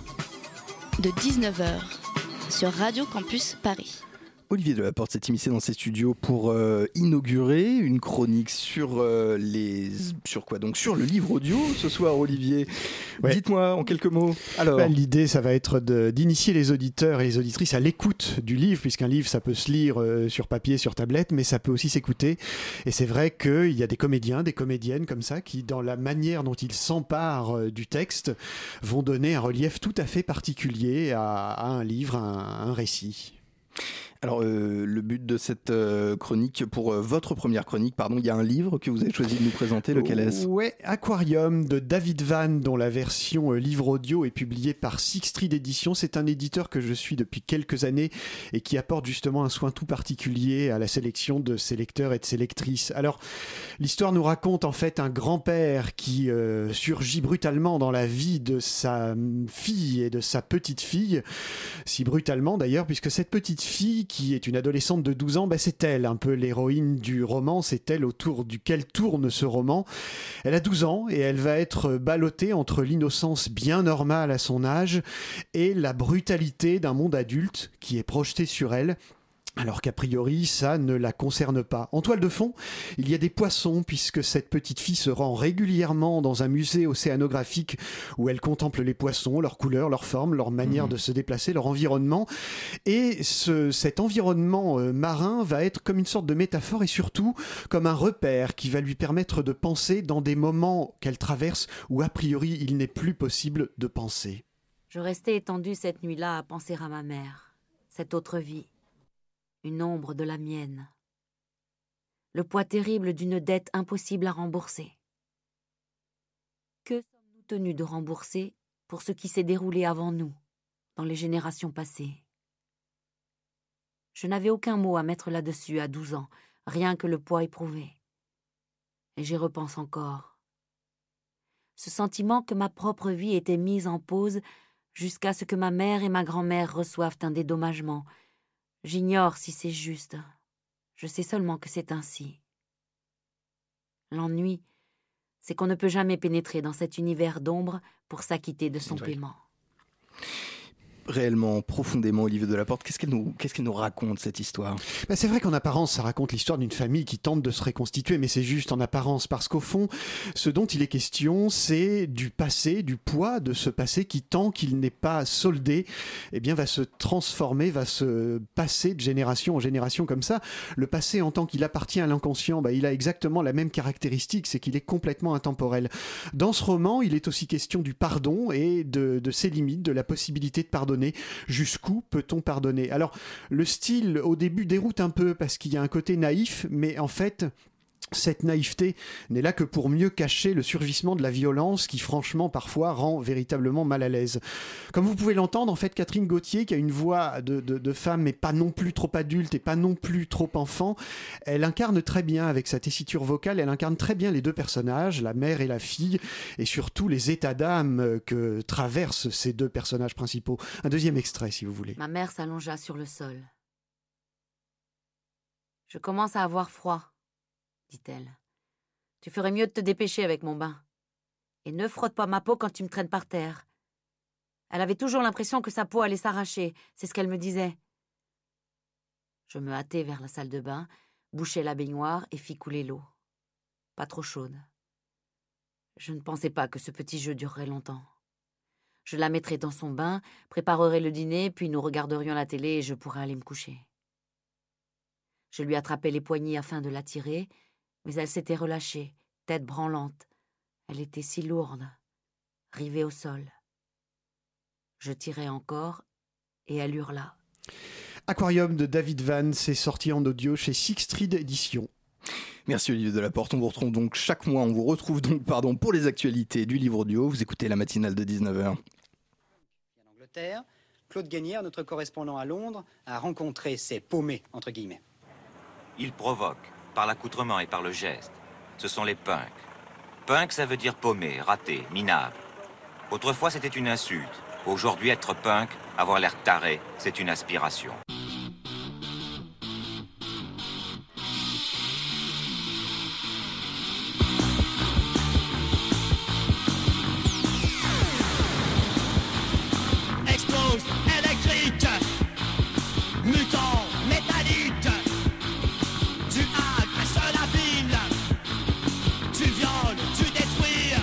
de dix-neuf heures sur Radio Campus Paris. Olivier Delaporte s'est immiscé dans ses studios pour euh, inaugurer une chronique sur euh, les sur quoi donc sur le livre audio ce soir. Olivier, ouais. Dites-moi en quelques mots. Alors, bah, l'idée, ça va être de, d'initier les auditeurs et les auditrices à l'écoute du livre, puisqu'un livre, ça peut se lire euh, sur papier, sur tablette, mais ça peut aussi s'écouter. Et c'est vrai qu'il y a des comédiens, des comédiennes comme ça, qui, dans la manière dont ils s'emparent euh, du texte, vont donner un relief tout à fait particulier à, à un livre, à un, un récit. Alors, euh, le but de cette euh, chronique, pour euh, votre première chronique, pardon, il y a un livre que vous avez choisi de nous présenter, lequel est-ce ? Ouais, Aquarium de David Vann, dont la version euh, livre audio est publiée par Sixth Street Éditions. C'est un éditeur que je suis depuis quelques années et qui apporte justement un soin tout particulier à la sélection de ses lecteurs et de ses lectrices. Alors, l'histoire nous raconte en fait un grand-père qui euh, surgit brutalement dans la vie de sa fille et de sa petite-fille, si brutalement d'ailleurs, puisque cette petite-fille, qui est une adolescente de douze ans, bah c'est elle, un peu l'héroïne du roman, c'est elle autour duquel tourne ce roman. Elle a douze ans et elle va être ballottée entre l'innocence bien normale à son âge et la brutalité d'un monde adulte qui est projeté sur elle, alors qu'a priori, ça ne la concerne pas. En toile de fond, il y a des poissons, puisque cette petite fille se rend régulièrement dans un musée océanographique où elle contemple les poissons, leurs couleurs, leurs formes, leur manière mmh. de se déplacer, leur environnement. Et ce, cet environnement euh, marin va être comme une sorte de métaphore et surtout comme un repère qui va lui permettre de penser dans des moments qu'elle traverse où a priori il n'est plus possible de penser. Je restais étendue cette nuit-là à penser à ma mère, cette autre vie. Une ombre de la mienne. Le poids terrible d'une dette impossible à rembourser. Que sommes-nous tenus de rembourser pour ce qui s'est déroulé avant nous, dans les générations passées? Je n'avais aucun mot à mettre là-dessus à douze ans, rien que le poids éprouvé. Et j'y repense encore. Ce sentiment que ma propre vie était mise en pause jusqu'à ce que ma mère et ma grand-mère reçoivent un dédommagement. J'ignore si c'est juste. Je sais seulement que c'est ainsi. L'ennui, c'est qu'on ne peut jamais pénétrer dans cet univers d'ombre pour s'acquitter de son oui. paiement. Réellement, profondément, Olivier Delaporte, qu'est-ce qu'elle nous, qu'est-ce qu'elle nous raconte, cette histoire ? Ben c'est vrai qu'en apparence, ça raconte l'histoire d'une famille qui tente de se reconstituer, mais c'est juste en apparence, parce qu'au fond, ce dont il est question, c'est du passé, du poids de ce passé qui, tant qu'il n'est pas soldé, eh bien, va se transformer, va se passer de génération en génération comme ça. Le passé, en tant qu'il appartient à l'inconscient, ben, il a exactement la même caractéristique, c'est qu'il est complètement intemporel. Dans ce roman, il est aussi question du pardon et de, de ses limites, de la possibilité de pardonner. Jusqu'où peut-on pardonner ? Alors, le style, au début, déroute un peu parce qu'il y a un côté naïf, mais en fait, cette naïveté n'est là que pour mieux cacher le surgissement de la violence qui, franchement, parfois, rend véritablement mal à l'aise. Comme vous pouvez l'entendre, en fait, Catherine Gauthier, qui a une voix de, de, de femme, mais pas non plus trop adulte et pas non plus trop enfant, elle incarne très bien, avec sa tessiture vocale, elle incarne très bien les deux personnages, la mère et la fille, et surtout les états d'âme que traversent ces deux personnages principaux. Un deuxième extrait, si vous voulez. Ma mère s'allongea sur le sol. Je commence à avoir froid, dit-elle. Tu ferais mieux de te dépêcher avec mon bain. Et ne frotte pas ma peau quand tu me traînes par terre. Elle avait toujours l'impression que sa peau allait s'arracher, c'est ce qu'elle me disait. Je me hâtai vers la salle de bain, bouchai la baignoire et fis couler l'eau. Pas trop chaude. Je ne pensais pas que ce petit jeu durerait longtemps. Je la mettrais dans son bain, préparerais le dîner, puis nous regarderions la télé et je pourrais aller me coucher. Je lui attrapais les poignets afin de la tirer, mais elle s'était relâchée, tête branlante. Elle était si lourde, rivée au sol. Je tirai encore, et elle hurla. Aquarium de David Vann, c'est sorti en audio chez Sixth Street Éditions. Merci Olivier Delaporte, on vous retrouve donc chaque mois, on vous retrouve donc pardon, pour les actualités du livre audio. Vous écoutez la matinale de dix-neuf heures. En Angleterre, Claude Guénière, notre correspondant à Londres, a rencontré ces paumés, entre guillemets. Il provoque, par l'accoutrement et par le geste. Ce sont les punks. Punk, ça veut dire paumé, raté, minable. Autrefois, c'était une insulte. Aujourd'hui, être punk, avoir l'air taré, c'est une aspiration. mutant, métallique. Tu agresses la ville, tu violes, tu détruis.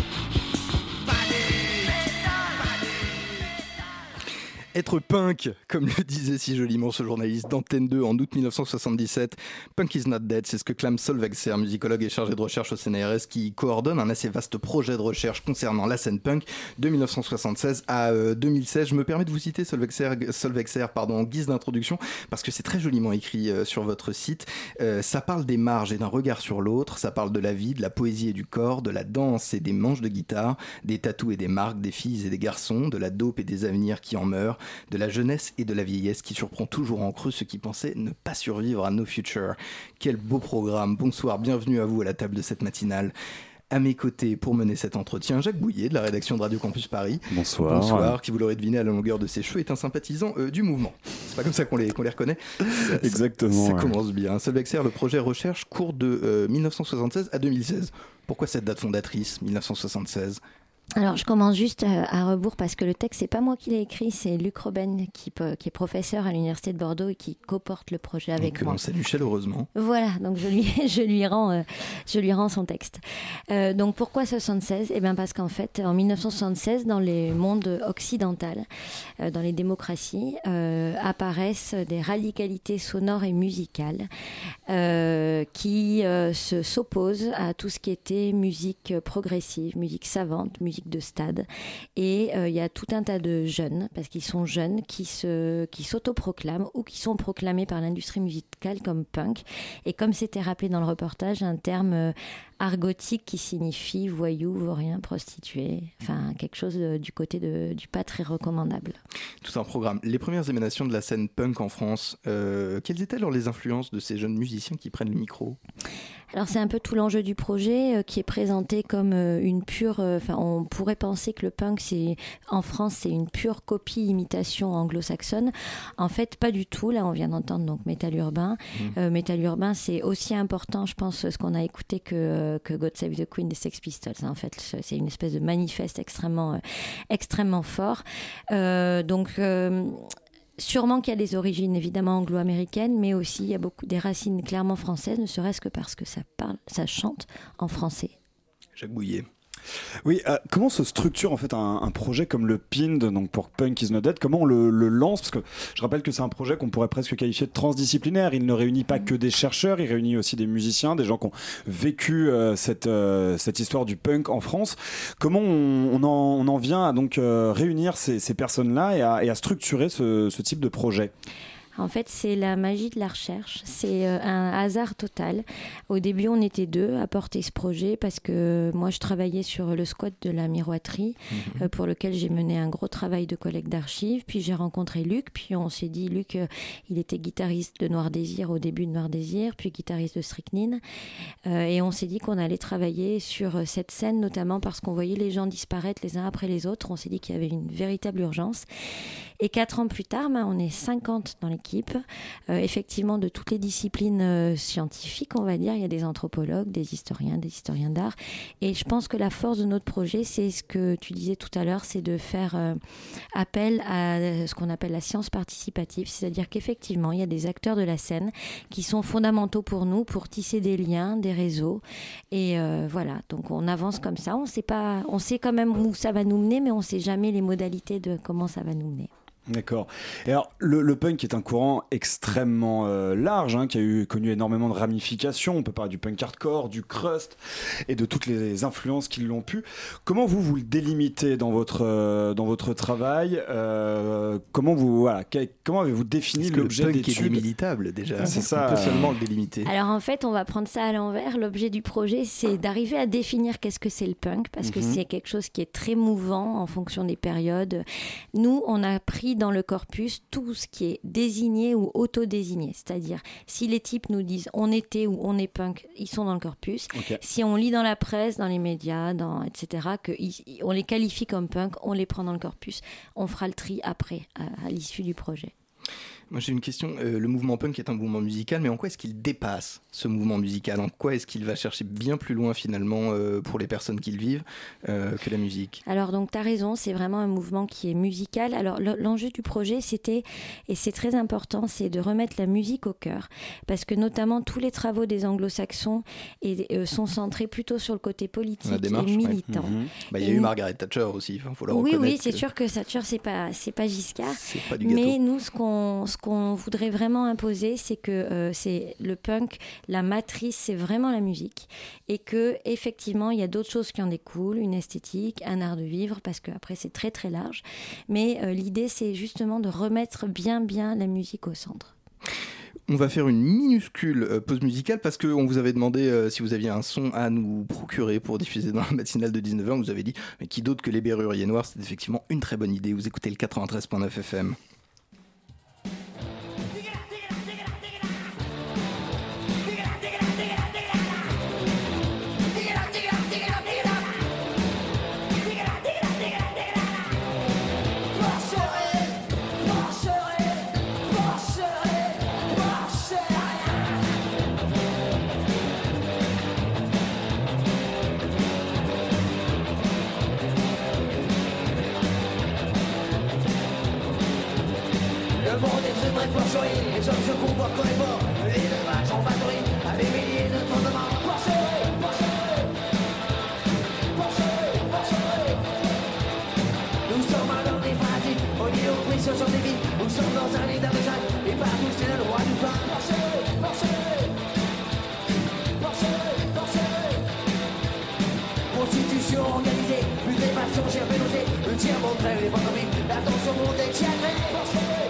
Être punk, comme le disait si joliment ce journaliste d'Antenne deux en août dix-neuf cent soixante-dix-sept, Punk is not dead, c'est ce que clame Solveig Serre, musicologue et chargé de recherche au C N R S, qui coordonne un assez vaste projet de recherche concernant la scène punk de dix-neuf cent soixante-seize à euh, deux mille seize. Je me permets de vous citer Solveig Serre, Solveig Serre pardon, en guise d'introduction, parce que c'est très joliment écrit euh, sur votre site. Euh, ça parle des marges et d'un regard sur l'autre, ça parle de la vie, de la poésie et du corps, de la danse et des manches de guitare, des tatous et des marques, des filles et des garçons, de la dope et des avenirs qui en meurent, de la jeunesse et de la vieillesse qui surprend toujours en creux ceux qui pensaient ne pas survivre à No Future. Quel beau programme. Bonsoir, bienvenue à vous à la table de cette matinale. À mes côtés, pour mener cet entretien, Jacques Bouillet de la rédaction de Radio Campus Paris. Bonsoir. Bonsoir, qui vous l'aurez deviné à la longueur de ses cheveux est un sympathisant euh, du mouvement. C'est pas comme ça qu'on les, qu'on les reconnaît. Ça, Exactement. Ça, ça ouais. commence bien. Solveig Serre, le projet recherche court de euh, dix-neuf cent soixante-seize à deux mille seize. Pourquoi cette date fondatrice, dix-neuf cent soixante-seize ? Alors, je commence juste à, à rebours parce que le texte, c'est pas moi qui l'ai écrit, c'est Luc Robben qui, qui est professeur à l'Université de Bordeaux et qui co-porte le projet avec donc, moi. On salue chaleureusement. Voilà, donc je lui, je lui, rends, euh, je lui rends son texte. Euh, donc, pourquoi soixante-seize ? Eh bien, parce qu'en fait, en dix-neuf cent soixante-seize, dans les mondes occidentaux, euh, dans les démocraties, euh, apparaissent des radicalités sonores et musicales euh, qui euh, se, s'opposent à tout ce qui était musique progressive, musique savante, musique de stade, et il euh, y a tout un tas de jeunes, parce qu'ils sont jeunes, qui, se, qui s'autoproclament ou qui sont proclamés par l'industrie musicale comme punk, et comme c'était rappelé dans le reportage, un terme euh, argotique qui signifie voyou, vaurien, prostituée, enfin quelque chose de, du côté de, du pas très recommandable. Tout un programme. Les premières émanations de la scène punk en France, euh, quelles étaient alors les influences de ces jeunes musiciens qui prennent le micro ? Alors c'est un peu tout l'enjeu du projet euh, qui est présenté comme euh, une pure... Enfin, euh, on pourrait penser que le punk, c'est, en France, c'est une pure copie-imitation anglo-saxonne. En fait, pas du tout. Là, on vient d'entendre donc Métal Urbain. Mmh. Euh, Métal Urbain, c'est aussi important, je pense, ce qu'on a écouté que, euh, que God Save the Queen des Sex Pistols. En fait, c'est une espèce de manifeste extrêmement, euh, extrêmement fort. Euh, donc... Euh, Sûrement qu'il y a des origines évidemment anglo-américaines, mais aussi il y a beaucoup des racines clairement françaises, ne serait-ce que parce que ça parle, ça chante en français. Jacques Bouillet. Oui, euh, comment se structure en fait un, un projet comme le P I N D, donc pour Punk is not dead, comment on le, le lance ? Parce que je rappelle que c'est un projet qu'on pourrait presque qualifier de transdisciplinaire. Il ne réunit pas que des chercheurs, il réunit aussi des musiciens, des gens qui ont vécu euh, cette, euh, cette histoire du punk en France. Comment on, on, en, on en vient à donc euh, réunir ces, ces personnes-là et à, et à structurer ce, ce type de projet ? En fait, c'est la magie de la recherche. C'est euh, un hasard total. Au début, on était deux à porter ce projet parce que moi, je travaillais sur le squat de la Miroiterie, mmh. euh, pour lequel j'ai mené un gros travail de collecte d'archives. Puis j'ai rencontré Luc. Puis on s'est dit, Luc, euh, il était guitariste de Noir Désir au début de Noir Désir, puis guitariste de Strychnine. Euh, et on s'est dit qu'on allait travailler sur cette scène, notamment parce qu'on voyait les gens disparaître les uns après les autres. On s'est dit qu'il y avait une véritable urgence. Et quatre ans plus tard, ben, on est cinquante dans l'équipe, euh, effectivement de toutes les disciplines euh, scientifiques, on va dire. Il y a des anthropologues, des historiens, des historiens d'art. Et je pense que la force de notre projet, c'est ce que tu disais tout à l'heure, c'est de faire euh, appel à ce qu'on appelle la science participative, c'est-à-dire qu'effectivement, il y a des acteurs de la scène qui sont fondamentaux pour nous, pour tisser des liens, des réseaux. Et euh, voilà, donc on avance comme ça. On sait pas, on sait quand même où ça va nous mener, mais on ne sait jamais les modalités de comment ça va nous mener. D'accord. Et alors, le, le punk est un courant extrêmement euh, large, hein, qui a eu, connu énormément de ramifications. On peut parler du punk hardcore, du crust et de toutes les influences qui l'ont pu. Comment vous, vous le délimitez dans votre, euh, dans votre travail euh, comment, vous, voilà, que, comment avez-vous défini Parce l'objet que le punk d'étude ? est délimitable déjà. C'est ça. On peut seulement le délimiter. Alors en fait, on va prendre ça à l'envers. L'objet du projet, c'est d'arriver à définir qu'est-ce que c'est le punk, parce que mm-hmm. c'est quelque chose qui est très mouvant en fonction des périodes. Nous, on a pris dans le corpus tout ce qui est désigné ou auto-désigné, c'est-à-dire si les types nous disent on était ou on est punk, ils sont dans le corpus. Okay. Si on lit dans la presse, dans les médias, dans, et cetera, qu'on les qualifie comme punk, on les prend dans le corpus. On fera le tri après, à, à l'issue du projet. Moi j'ai une question, euh, le mouvement punk est un mouvement musical, mais en quoi est-ce qu'il dépasse ce mouvement musical ? En quoi est-ce qu'il va chercher bien plus loin finalement euh, pour les personnes qui le vivent euh, que la musique ? Alors donc tu as raison, c'est vraiment un mouvement qui est musical. Alors le, l'enjeu du projet c'était, et c'est très important, c'est de remettre la musique au cœur, parce que notamment tous les travaux des anglo-saxons et, euh, sont centrés plutôt sur le côté politique démarche, et militant. Ouais. Mmh. Bah, il y a et eu nous... Margaret Thatcher aussi, il faut le oui, reconnaître. Oui, c'est que... sûr que Thatcher c'est pas, c'est pas Giscard, c'est pas du gâteau. Mais nous ce qu'on, ce qu'on voudrait vraiment imposer, c'est que euh, c'est le punk, la matrice c'est vraiment la musique, et que effectivement il y a d'autres choses qui en découlent, une esthétique, un art de vivre, parce qu'après c'est très très large, mais euh, l'idée c'est justement de remettre bien bien la musique au centre. On va faire une minuscule euh, pause musicale parce qu'on vous avait demandé euh, si vous aviez un son à nous procurer pour diffuser dans la matinale de dix-neuf heures. On vous avait dit, mais qui d'autre que les Berruriers Noirs ? C'est effectivement une très bonne idée. Vous écoutez le quatre-vingt-treize virgule neuf F M. Le monde est très très porcherie, les hommes se comportent comme les morts, les deux matchs en batterie, avec milliers de fondements. Porcherie, porcherie, porcherie, porcherie. Nous sommes alors des fanatiques, on est aux prises sur des vies, nous sommes dans un état de jacques, et partout c'est le roi du pain. Porcherie, porcherie, porcherie, porcherie. Constitution organisée, plus des passions, j'ai pénosé, le tiers mon crève, les pantomimes, la tension monte et chagrée. Porcherie.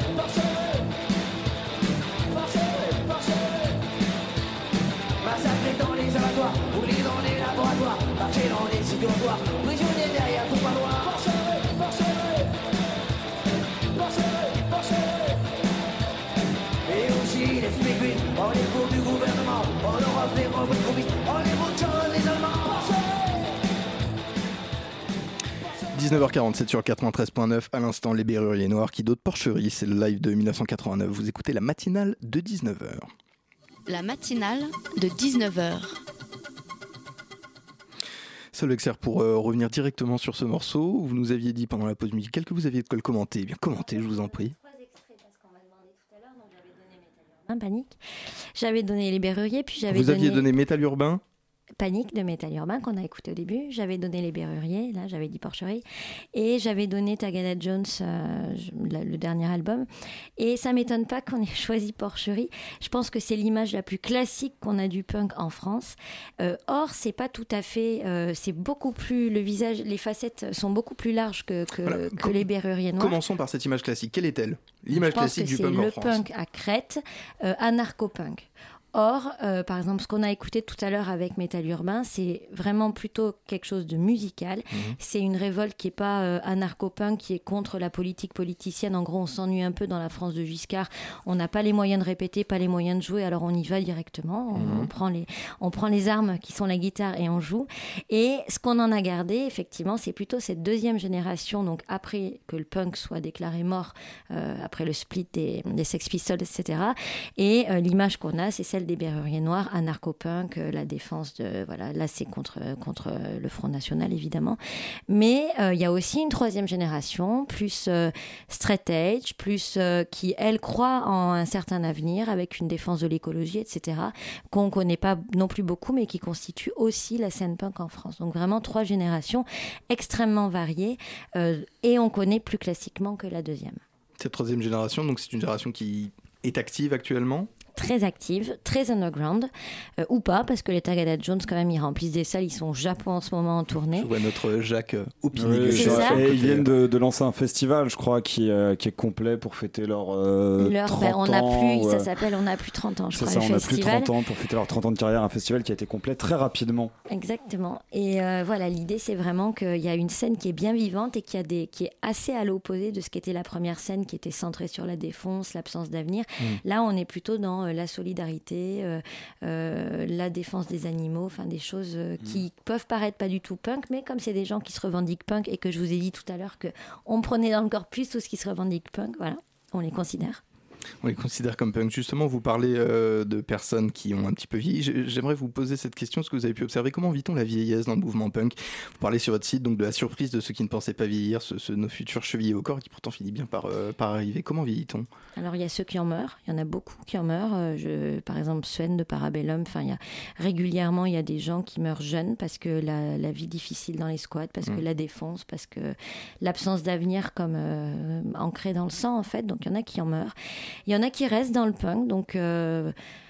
Massacrés dans les abattoirs, roulés dans les laboratoires, marchés dans les sites dortoirs, prisonniers derrière tout manoir. Porcherie, porcherie, porcherie, porcherie. Et aussi les spécules, en les cours du gouvernement, en Europe les robes de Covid, en les bouchons les Allemands. dix-neuf heures quarante-sept sur quatre-vingt-treize virgule neuf, à l'instant les Berruriers Noirs, qui d'autre Porcherie, c'est le live de dix-neuf cent quatre-vingt-neuf. Vous écoutez la matinale de dix-neuf heures. La matinale de dix-neuf heures. Solveig Serre, pour euh, revenir directement sur ce morceau, vous nous aviez dit pendant la pause musicale que vous aviez de quoi le commenter. Eh bien, commentez, je vous en prie. Un Panique. J'avais donné les Berruriers, puis j'avais Vous donné... aviez donné Métal Urbain ? Panique de Métal Urbain qu'on a écouté au début. J'avais donné les Berruriers, là j'avais dit Porcherie, et j'avais donné Tagada Jones, euh, le, le dernier album. Et ça m'étonne pas qu'on ait choisi Porcherie. Je pense que c'est l'image la plus classique qu'on a du punk en France. Euh, or c'est pas tout à fait, euh, c'est beaucoup plus le visage, les facettes sont beaucoup plus larges que que, voilà. que Com- les Berruriers Noirs. Commençons par cette image classique. Quelle est-elle ? L'image classique du punk en France. Je pense que c'est le punk à crête, euh, anarcho-punk. Or, euh, par exemple, ce qu'on a écouté tout à l'heure avec Métal Urbain, c'est vraiment plutôt quelque chose de musical. Mmh. C'est une révolte qui n'est pas euh, anarcho-punk, qui est contre la politique politicienne. En gros, on s'ennuie un peu dans la France de Giscard. On n'a pas les moyens de répéter, pas les moyens de jouer, alors on y va directement. On, mmh. on, prend les, on prend les armes qui sont la guitare et on joue. Et ce qu'on en a gardé, effectivement, c'est plutôt cette deuxième génération, donc après que le punk soit déclaré mort, euh, après le split des, des Sex Pistols, et cetera. Et euh, l'image qu'on a, c'est celle des Berruriers Noirs, anarcho-punk, euh, la défense de... Voilà, là, c'est contre, contre le Front National, évidemment. Mais il euh, y a aussi une troisième génération, plus euh, straight edge, plus euh, qui, elle, croit en un certain avenir, avec une défense de l'écologie, et cetera, qu'on ne connaît pas non plus beaucoup, mais qui constitue aussi la scène punk en France. Donc vraiment trois générations extrêmement variées, euh, et on connaît plus classiquement que la deuxième. Cette troisième génération, donc c'est une génération qui est active actuellement ? Très active, très underground, euh, ou pas, parce que les Tagada Jones, quand même, ils remplissent des salles, ils sont au Japon en ce moment en tournée. Je vois notre Jacques euh, Opinier. Oui, et ils viennent de, de lancer un festival, je crois, qui, euh, qui est complet pour fêter leur euh, leur, trente ben, on a ans. Plus, ouais. Ça s'appelle On n'a plus trente ans, je C'est crois, ça, le on festival. a plus trente ans pour fêter leurs trente ans de carrière, un festival qui a été complet très rapidement. Exactement. Et euh, voilà, l'idée, c'est vraiment qu'il y a une scène qui est bien vivante et qui, a des, qui est assez à l'opposé de ce qu'était la première scène, qui était centrée sur la défonce, l'absence d'avenir. Mmh. Là, on est plutôt dans euh, la solidarité, Euh, euh, la défense des animaux, enfin des choses euh, mmh. qui peuvent paraître pas du tout punk, mais comme c'est des gens qui se revendiquent punk et que je vous ai dit tout à l'heure qu'on prenait dans le corps plus tout ce qui se revendique punk, voilà, on les considère. On les considère comme punk. Justement, vous parlez euh, de personnes qui ont un petit peu vieilli. J'aimerais vous poser cette question, ce que vous avez pu observer. Comment vit-on la vieillesse dans le mouvement punk ? Vous parlez sur votre site donc, de la surprise de ceux qui ne pensaient pas vieillir, ce, ce, nos futurs chevillés au corps qui pourtant finit bien par, euh, par arriver. Comment vieillit-on ? Alors, il y a ceux qui en meurent. Il y en a beaucoup qui en meurent. Euh, je, par exemple, Sven de Parabellum. Enfin, il y a, régulièrement, il y a des gens qui meurent jeunes parce que la, la vie difficile dans les squats, parce mmh. que la défonce, parce que l'absence d'avenir comme euh, ancrée dans le sang, en fait. Donc, il y en a qui en meurent. Il y en a qui restent dans le punk, donc euh,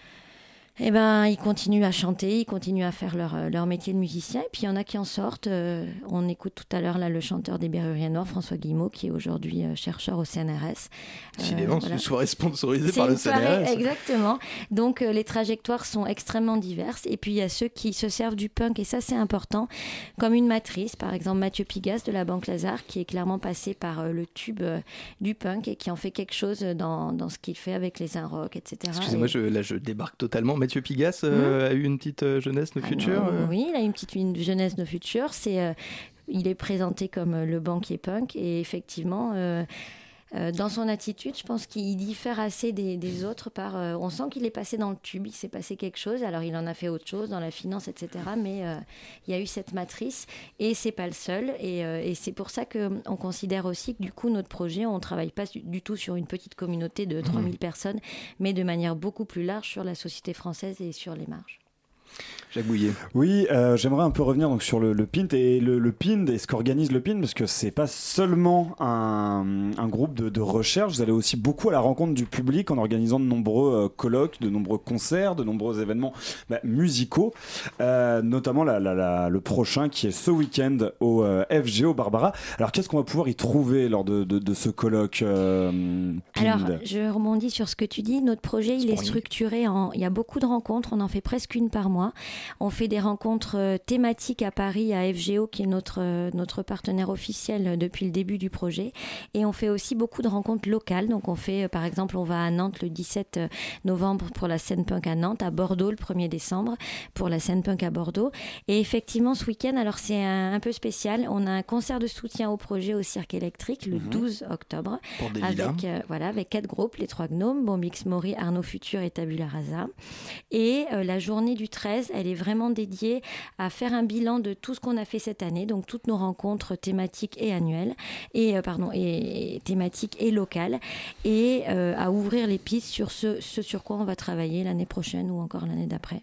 eh ben, ils continuent à chanter, ils continuent à faire leur, leur métier de musicien, et puis il y en a qui en sortent. Euh, on écoute tout à l'heure là, le chanteur des Berruriers Noirs, François Guillemot, qui est aujourd'hui euh, chercheur au C N R S. Décidément, euh, c'est voilà. une soirée sponsorisée c'est par le C N R S. Soirée, exactement. Donc euh, les trajectoires sont extrêmement diverses, et puis il y a ceux qui se servent du punk, et ça c'est important, comme une matrice. Par exemple, Mathieu Pigasse de la Banque Lazare, qui est clairement passé par euh, le tube euh, du punk, et qui en fait quelque chose dans, dans ce qu'il fait avec les Inrock, et cetera. Excusez-moi, et... je, là je débarque totalement. Mathieu Pigasse euh, mmh. a eu une petite euh, jeunesse no future euh... Oui, il a une petite une jeunesse no future. C'est, euh, il est présenté comme euh, le banquier punk, et effectivement, euh, euh, dans son attitude, je pense qu'il diffère assez des, des autres. Par, euh, on sent qu'il est passé dans le tube, il s'est passé quelque chose. Alors il en a fait autre chose dans la finance, et cetera. Mais euh, il y a eu cette matrice, et c'est pas le seul. Et, euh, et c'est pour ça qu'on considère aussi que du coup notre projet, on travaille pas du tout sur une petite communauté de trois mille mmh. personnes, mais de manière beaucoup plus large sur la société française et sur les marges. Jacques Bouillet. Oui, euh, j'aimerais un peu revenir donc, sur le, le P I N T et le, le P I N T et ce qu'organise le P I N T, parce que c'est pas seulement un, un groupe de, de recherche, vous allez aussi beaucoup à la rencontre du public en organisant de nombreux euh, colloques, de nombreux concerts, de nombreux événements bah, musicaux, euh, notamment la, la, la, le prochain qui est ce week-end au euh, F G O Barbara. Alors qu'est-ce qu'on va pouvoir y trouver lors de, de, de ce colloque euh, P I N T ? Alors je rebondis sur ce que tu dis, notre projet il est structuré en... Il y a beaucoup de rencontres, on en fait presque une par mois. On fait des rencontres euh, thématiques à Paris, à F G O, qui est notre, euh, notre partenaire officiel euh, depuis le début du projet. Et on fait aussi beaucoup de rencontres locales. Donc on fait, euh, par exemple, on va à Nantes le dix-sept novembre pour la scène punk à Nantes, à Bordeaux le premier décembre pour la scène punk à Bordeaux. Et effectivement, ce week-end, alors c'est un, un peu spécial, on a un concert de soutien au projet au Cirque Électrique le mmh. douze octobre. Pour des avec, euh, voilà, avec quatre groupes, les Trois Gnomes, Bombix Mori, Arnaud Futur et Tabula Rasa. Et euh, la journée du treize, elle est vraiment dédiée à faire un bilan de tout ce qu'on a fait cette année, donc toutes nos rencontres thématiques et annuelles, et, euh, pardon, et, et thématiques et locales, et euh, à ouvrir les pistes sur ce, ce sur quoi on va travailler l'année prochaine ou encore l'année d'après.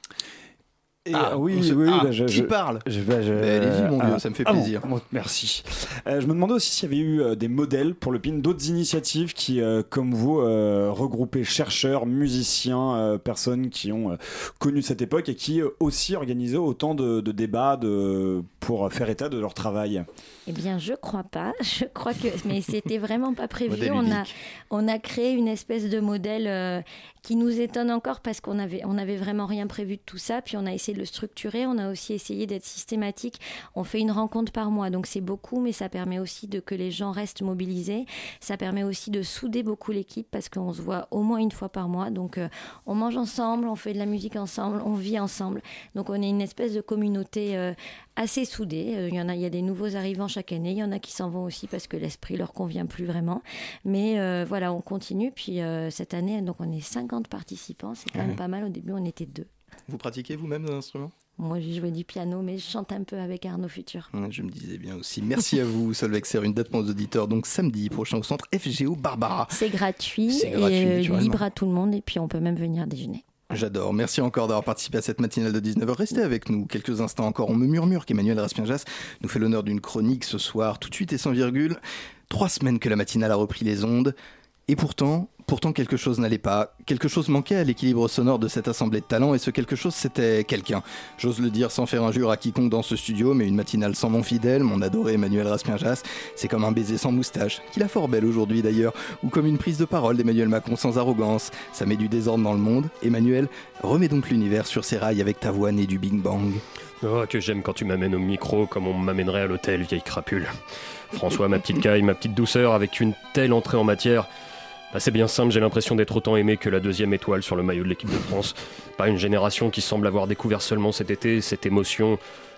Et ah oui, oui, oui, ah, bah, je, qui je, parle je, bah, je, bah, allez-y mon ah, vieux, ça me fait ah, plaisir. Bon, merci. Euh, je me demandais aussi s'il y avait eu euh, des modèles pour le P I N T, d'autres initiatives qui, euh, comme vous, euh, regroupaient chercheurs, musiciens, euh, personnes qui ont euh, connu cette époque et qui euh, aussi organisaient autant de, de débats de, pour faire état de leur travail. Eh bien, je crois pas. Je crois que, mais c'était vraiment pas prévu. On a, on a créé une espèce de modèle euh, qui nous étonne encore parce qu'on avait, on avait vraiment rien prévu de tout ça. Puis on a essayé de le structurer. On a aussi essayé d'être systématique. On fait une rencontre par mois, donc c'est beaucoup, mais ça permet aussi de que les gens restent mobilisés. Ça permet aussi de souder beaucoup l'équipe parce qu'on se voit au moins une fois par mois. Donc euh, on mange ensemble, on fait de la musique ensemble, on vit ensemble. Donc on est une espèce de communauté euh, assez soudée. Euh, il y en a, il y a des nouveaux arrivants chaque année. Il y en a qui s'en vont aussi parce que l'esprit leur convient plus vraiment. Mais euh, voilà, on continue. Puis euh, cette année, donc on est cinquante participants. C'est quand même pas mal. Au début, on était deux. Vous pratiquez vous-même un instrument ? Moi, j'ai joué du piano, mais je chante un peu avec Arnaud Futur. Je me disais bien aussi. Merci à vous, Solveig Serre. Une date pour nos auditeurs. Donc samedi prochain au centre F G O Barbara. C'est gratuit, C'est gratuit et euh, libre à tout le monde. Et puis on peut même venir déjeuner. J'adore. Merci encore d'avoir participé à cette matinale de dix-neuf heures. Restez avec nous quelques instants encore. On me murmure qu'Emmanuel Raspienjas nous fait l'honneur d'une chronique ce soir, tout de suite et sans virgule. Trois semaines que la matinale a repris les ondes. Et pourtant, pourtant quelque chose n'allait pas. Quelque chose manquait à l'équilibre sonore de cette assemblée de talents. Et ce quelque chose, c'était quelqu'un. J'ose le dire sans faire injure à quiconque dans ce studio, mais une matinale sans mon fidèle, mon adoré Emmanuel Raspienjas, c'est comme un baiser sans moustache, qu'il a fort belle aujourd'hui d'ailleurs, ou comme une prise de parole d'Emmanuel Macron sans arrogance. Ça met du désordre dans le monde. Emmanuel, remets donc l'univers sur ses rails avec ta voix née du Big Bang. Oh, que j'aime quand tu m'amènes au micro comme on m'amènerait à l'hôtel, vieille crapule. François, ma petite caille, ma petite douceur, avec une telle entrée en matière... Bah, c'est bien simple, j'ai l'impression d'être autant aimé que la deuxième étoile sur le maillot de l'équipe de France. Pas une génération qui semble avoir découvert seulement cet été cette émotion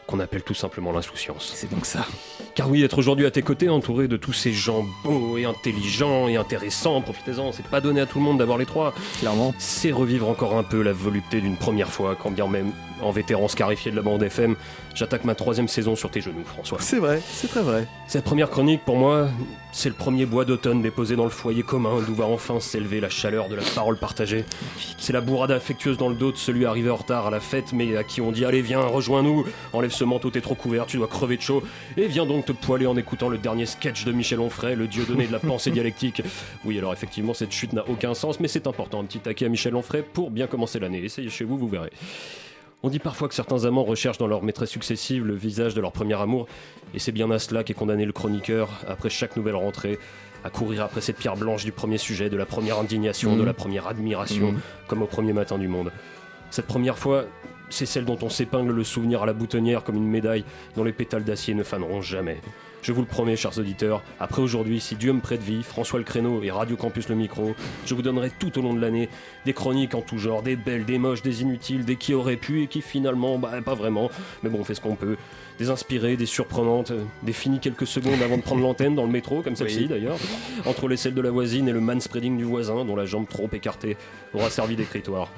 qu'on appelle tout simplement l'insouciance. C'est donc ça. Car oui, être aujourd'hui à tes côtés, entouré de tous ces gens beaux et intelligents et intéressants, profitez-en, c'est pas donné à tout le monde d'avoir les trois. Clairement. C'est revivre encore un peu la volupté d'une première fois, quand bien même, en vétéran scarifié de la bande F M, j'attaque ma troisième saison sur tes genoux, François. C'est vrai, c'est très vrai. Cette première chronique, pour moi, c'est le premier bois d'automne déposé dans le foyer commun, d'où va enfin s'élever la chaleur de la parole partagée. C'est la bourrade affectueuse dans le dos de celui arrivé en retard à la fête, mais à qui on dit « Allez, viens, rejoins-nous, enlève ce manteau, t'es trop couvert, tu dois crever de chaud, et viens donc te poiler en écoutant le dernier sketch de Michel Onfray, le dieudonné de la pensée dialectique. » Oui, alors effectivement, cette chute n'a aucun sens, mais c'est important, un petit taquet à Michel Onfray pour bien commencer l'année. Essayez chez vous, vous verrez. On dit parfois que certains amants recherchent dans leurs maîtresses successives le visage de leur premier amour, et c'est bien à cela qu'est condamné le chroniqueur, après chaque nouvelle rentrée, à courir après cette pierre blanche du premier sujet, de la première indignation, mmh. de la première admiration, mmh. comme au premier matin du monde. Cette première fois, c'est celle dont on s'épingle le souvenir à la boutonnière comme une médaille dont les pétales d'acier ne faneront jamais. Je vous le promets, chers auditeurs, après aujourd'hui, si Dieu me prête vie, François le créneau et Radio Campus le micro, je vous donnerai tout au long de l'année des chroniques en tout genre, des belles, des moches, des inutiles, des qui auraient pu et qui finalement, bah pas vraiment, mais bon, on fait ce qu'on peut. Des inspirées, des surprenantes, des finies quelques secondes avant de prendre l'antenne dans le métro, comme celle-ci oui. d'ailleurs, entre les selles de la voisine et le manspreading du voisin, dont la jambe trop écartée aura servi d'écritoire.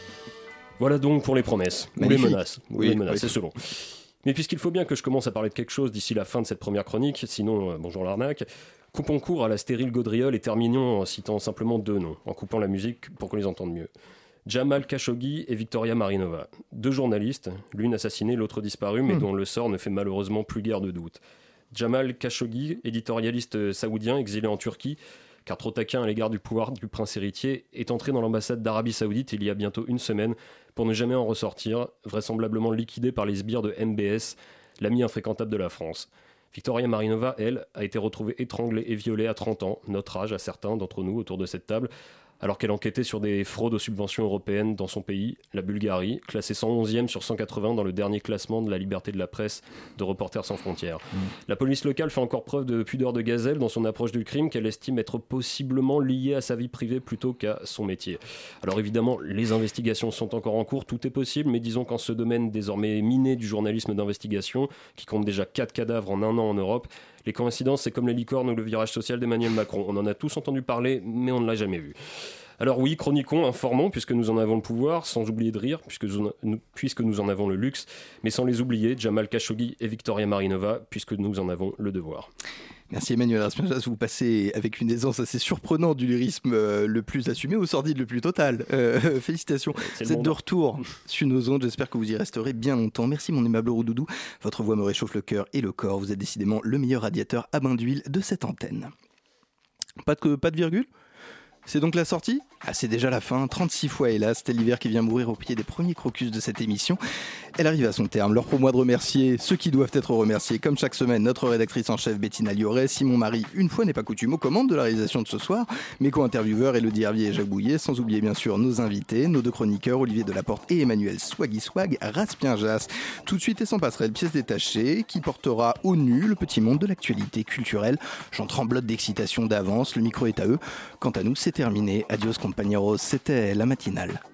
Voilà donc pour les promesses, Magnifique. ou les menaces, ou oui, les menaces, oui. c'est selon. Mais puisqu'il faut bien que je commence à parler de quelque chose d'ici la fin de cette première chronique, sinon, euh, bonjour l'arnaque, coupons court à la stérile gaudriole et terminons en citant simplement deux noms, en coupant la musique pour qu'on les entende mieux. Jamal Khashoggi et Victoria Marinova, deux journalistes, l'une assassinée, l'autre disparue, mais mmh. dont le sort ne fait malheureusement plus guère de doute. Jamal Khashoggi, éditorialiste saoudien exilé en Turquie, car trop taquin à l'égard du pouvoir du prince héritier, est entré dans l'ambassade d'Arabie Saoudite il y a bientôt une semaine pour ne jamais en ressortir, vraisemblablement liquidé par les sbires de M B S, l'ami infréquentable de la France. Victoria Marinova, elle, a été retrouvée étranglée et violée à trente ans, notre âge à certains d'entre nous autour de cette table, alors qu'elle enquêtait sur des fraudes aux subventions européennes dans son pays, la Bulgarie, classée cent onzième sur cent quatre-vingts dans le dernier classement de la liberté de la presse de Reporters sans frontières. Mmh. La police locale fait encore preuve de pudeur de gazelle dans son approche du crime qu'elle estime être possiblement liée à sa vie privée plutôt qu'à son métier. Alors évidemment, les investigations sont encore en cours, tout est possible, mais disons qu'en ce domaine désormais miné du journalisme d'investigation, qui compte déjà quatre cadavres en un an en Europe, les coïncidences, c'est comme les licornes ou le virage social d'Emmanuel Macron. On en a tous entendu parler, mais on ne l'a jamais vu. Alors oui, chroniquons, informons, puisque nous en avons le pouvoir, sans oublier de rire, puisque nous, puisque nous en avons le luxe, mais sans les oublier, Jamal Khashoggi et Victoria Marinova, puisque nous en avons le devoir. Merci Emmanuel Raspinjas, vous passez avec une aisance assez surprenante du lyrisme euh, le plus assumé au sordide le plus total. Euh, félicitations, vous êtes de retour sur nos ondes, j'espère que vous y resterez bien longtemps. Merci mon aimable Roudoudou, votre voix me réchauffe le cœur et le corps, vous êtes décidément le meilleur radiateur à bain d'huile de cette antenne. Pas de, pas de virgule ? C'est donc la sortie ? Ah, c'est déjà la fin, trente-six fois hélas, c'était l'hiver qui vient mourir au pied des premiers crocus de cette émission. Elle arrive à son terme, l'heure pour moi de remercier ceux qui doivent être remerciés, comme chaque semaine, notre rédactrice en chef Bettina Lioré, Simon Marie, une fois n'est pas coutume, aux commandes de la réalisation de ce soir, mes co-intervieweurs Élodie Hervier et Jacques Bouillet, sans oublier bien sûr nos invités, nos deux chroniqueurs, Olivier Delaporte et Emmanuel Swaggy Swag Raspinjas. Tout de suite et sans passerelle, pièce détachée, qui portera au nu le petit monde de l'actualité culturelle. J'en tremblote d'excitation d'avance, le micro est à eux. Quant à nous, c'est terminé. Adios compañeros, c'était la matinale.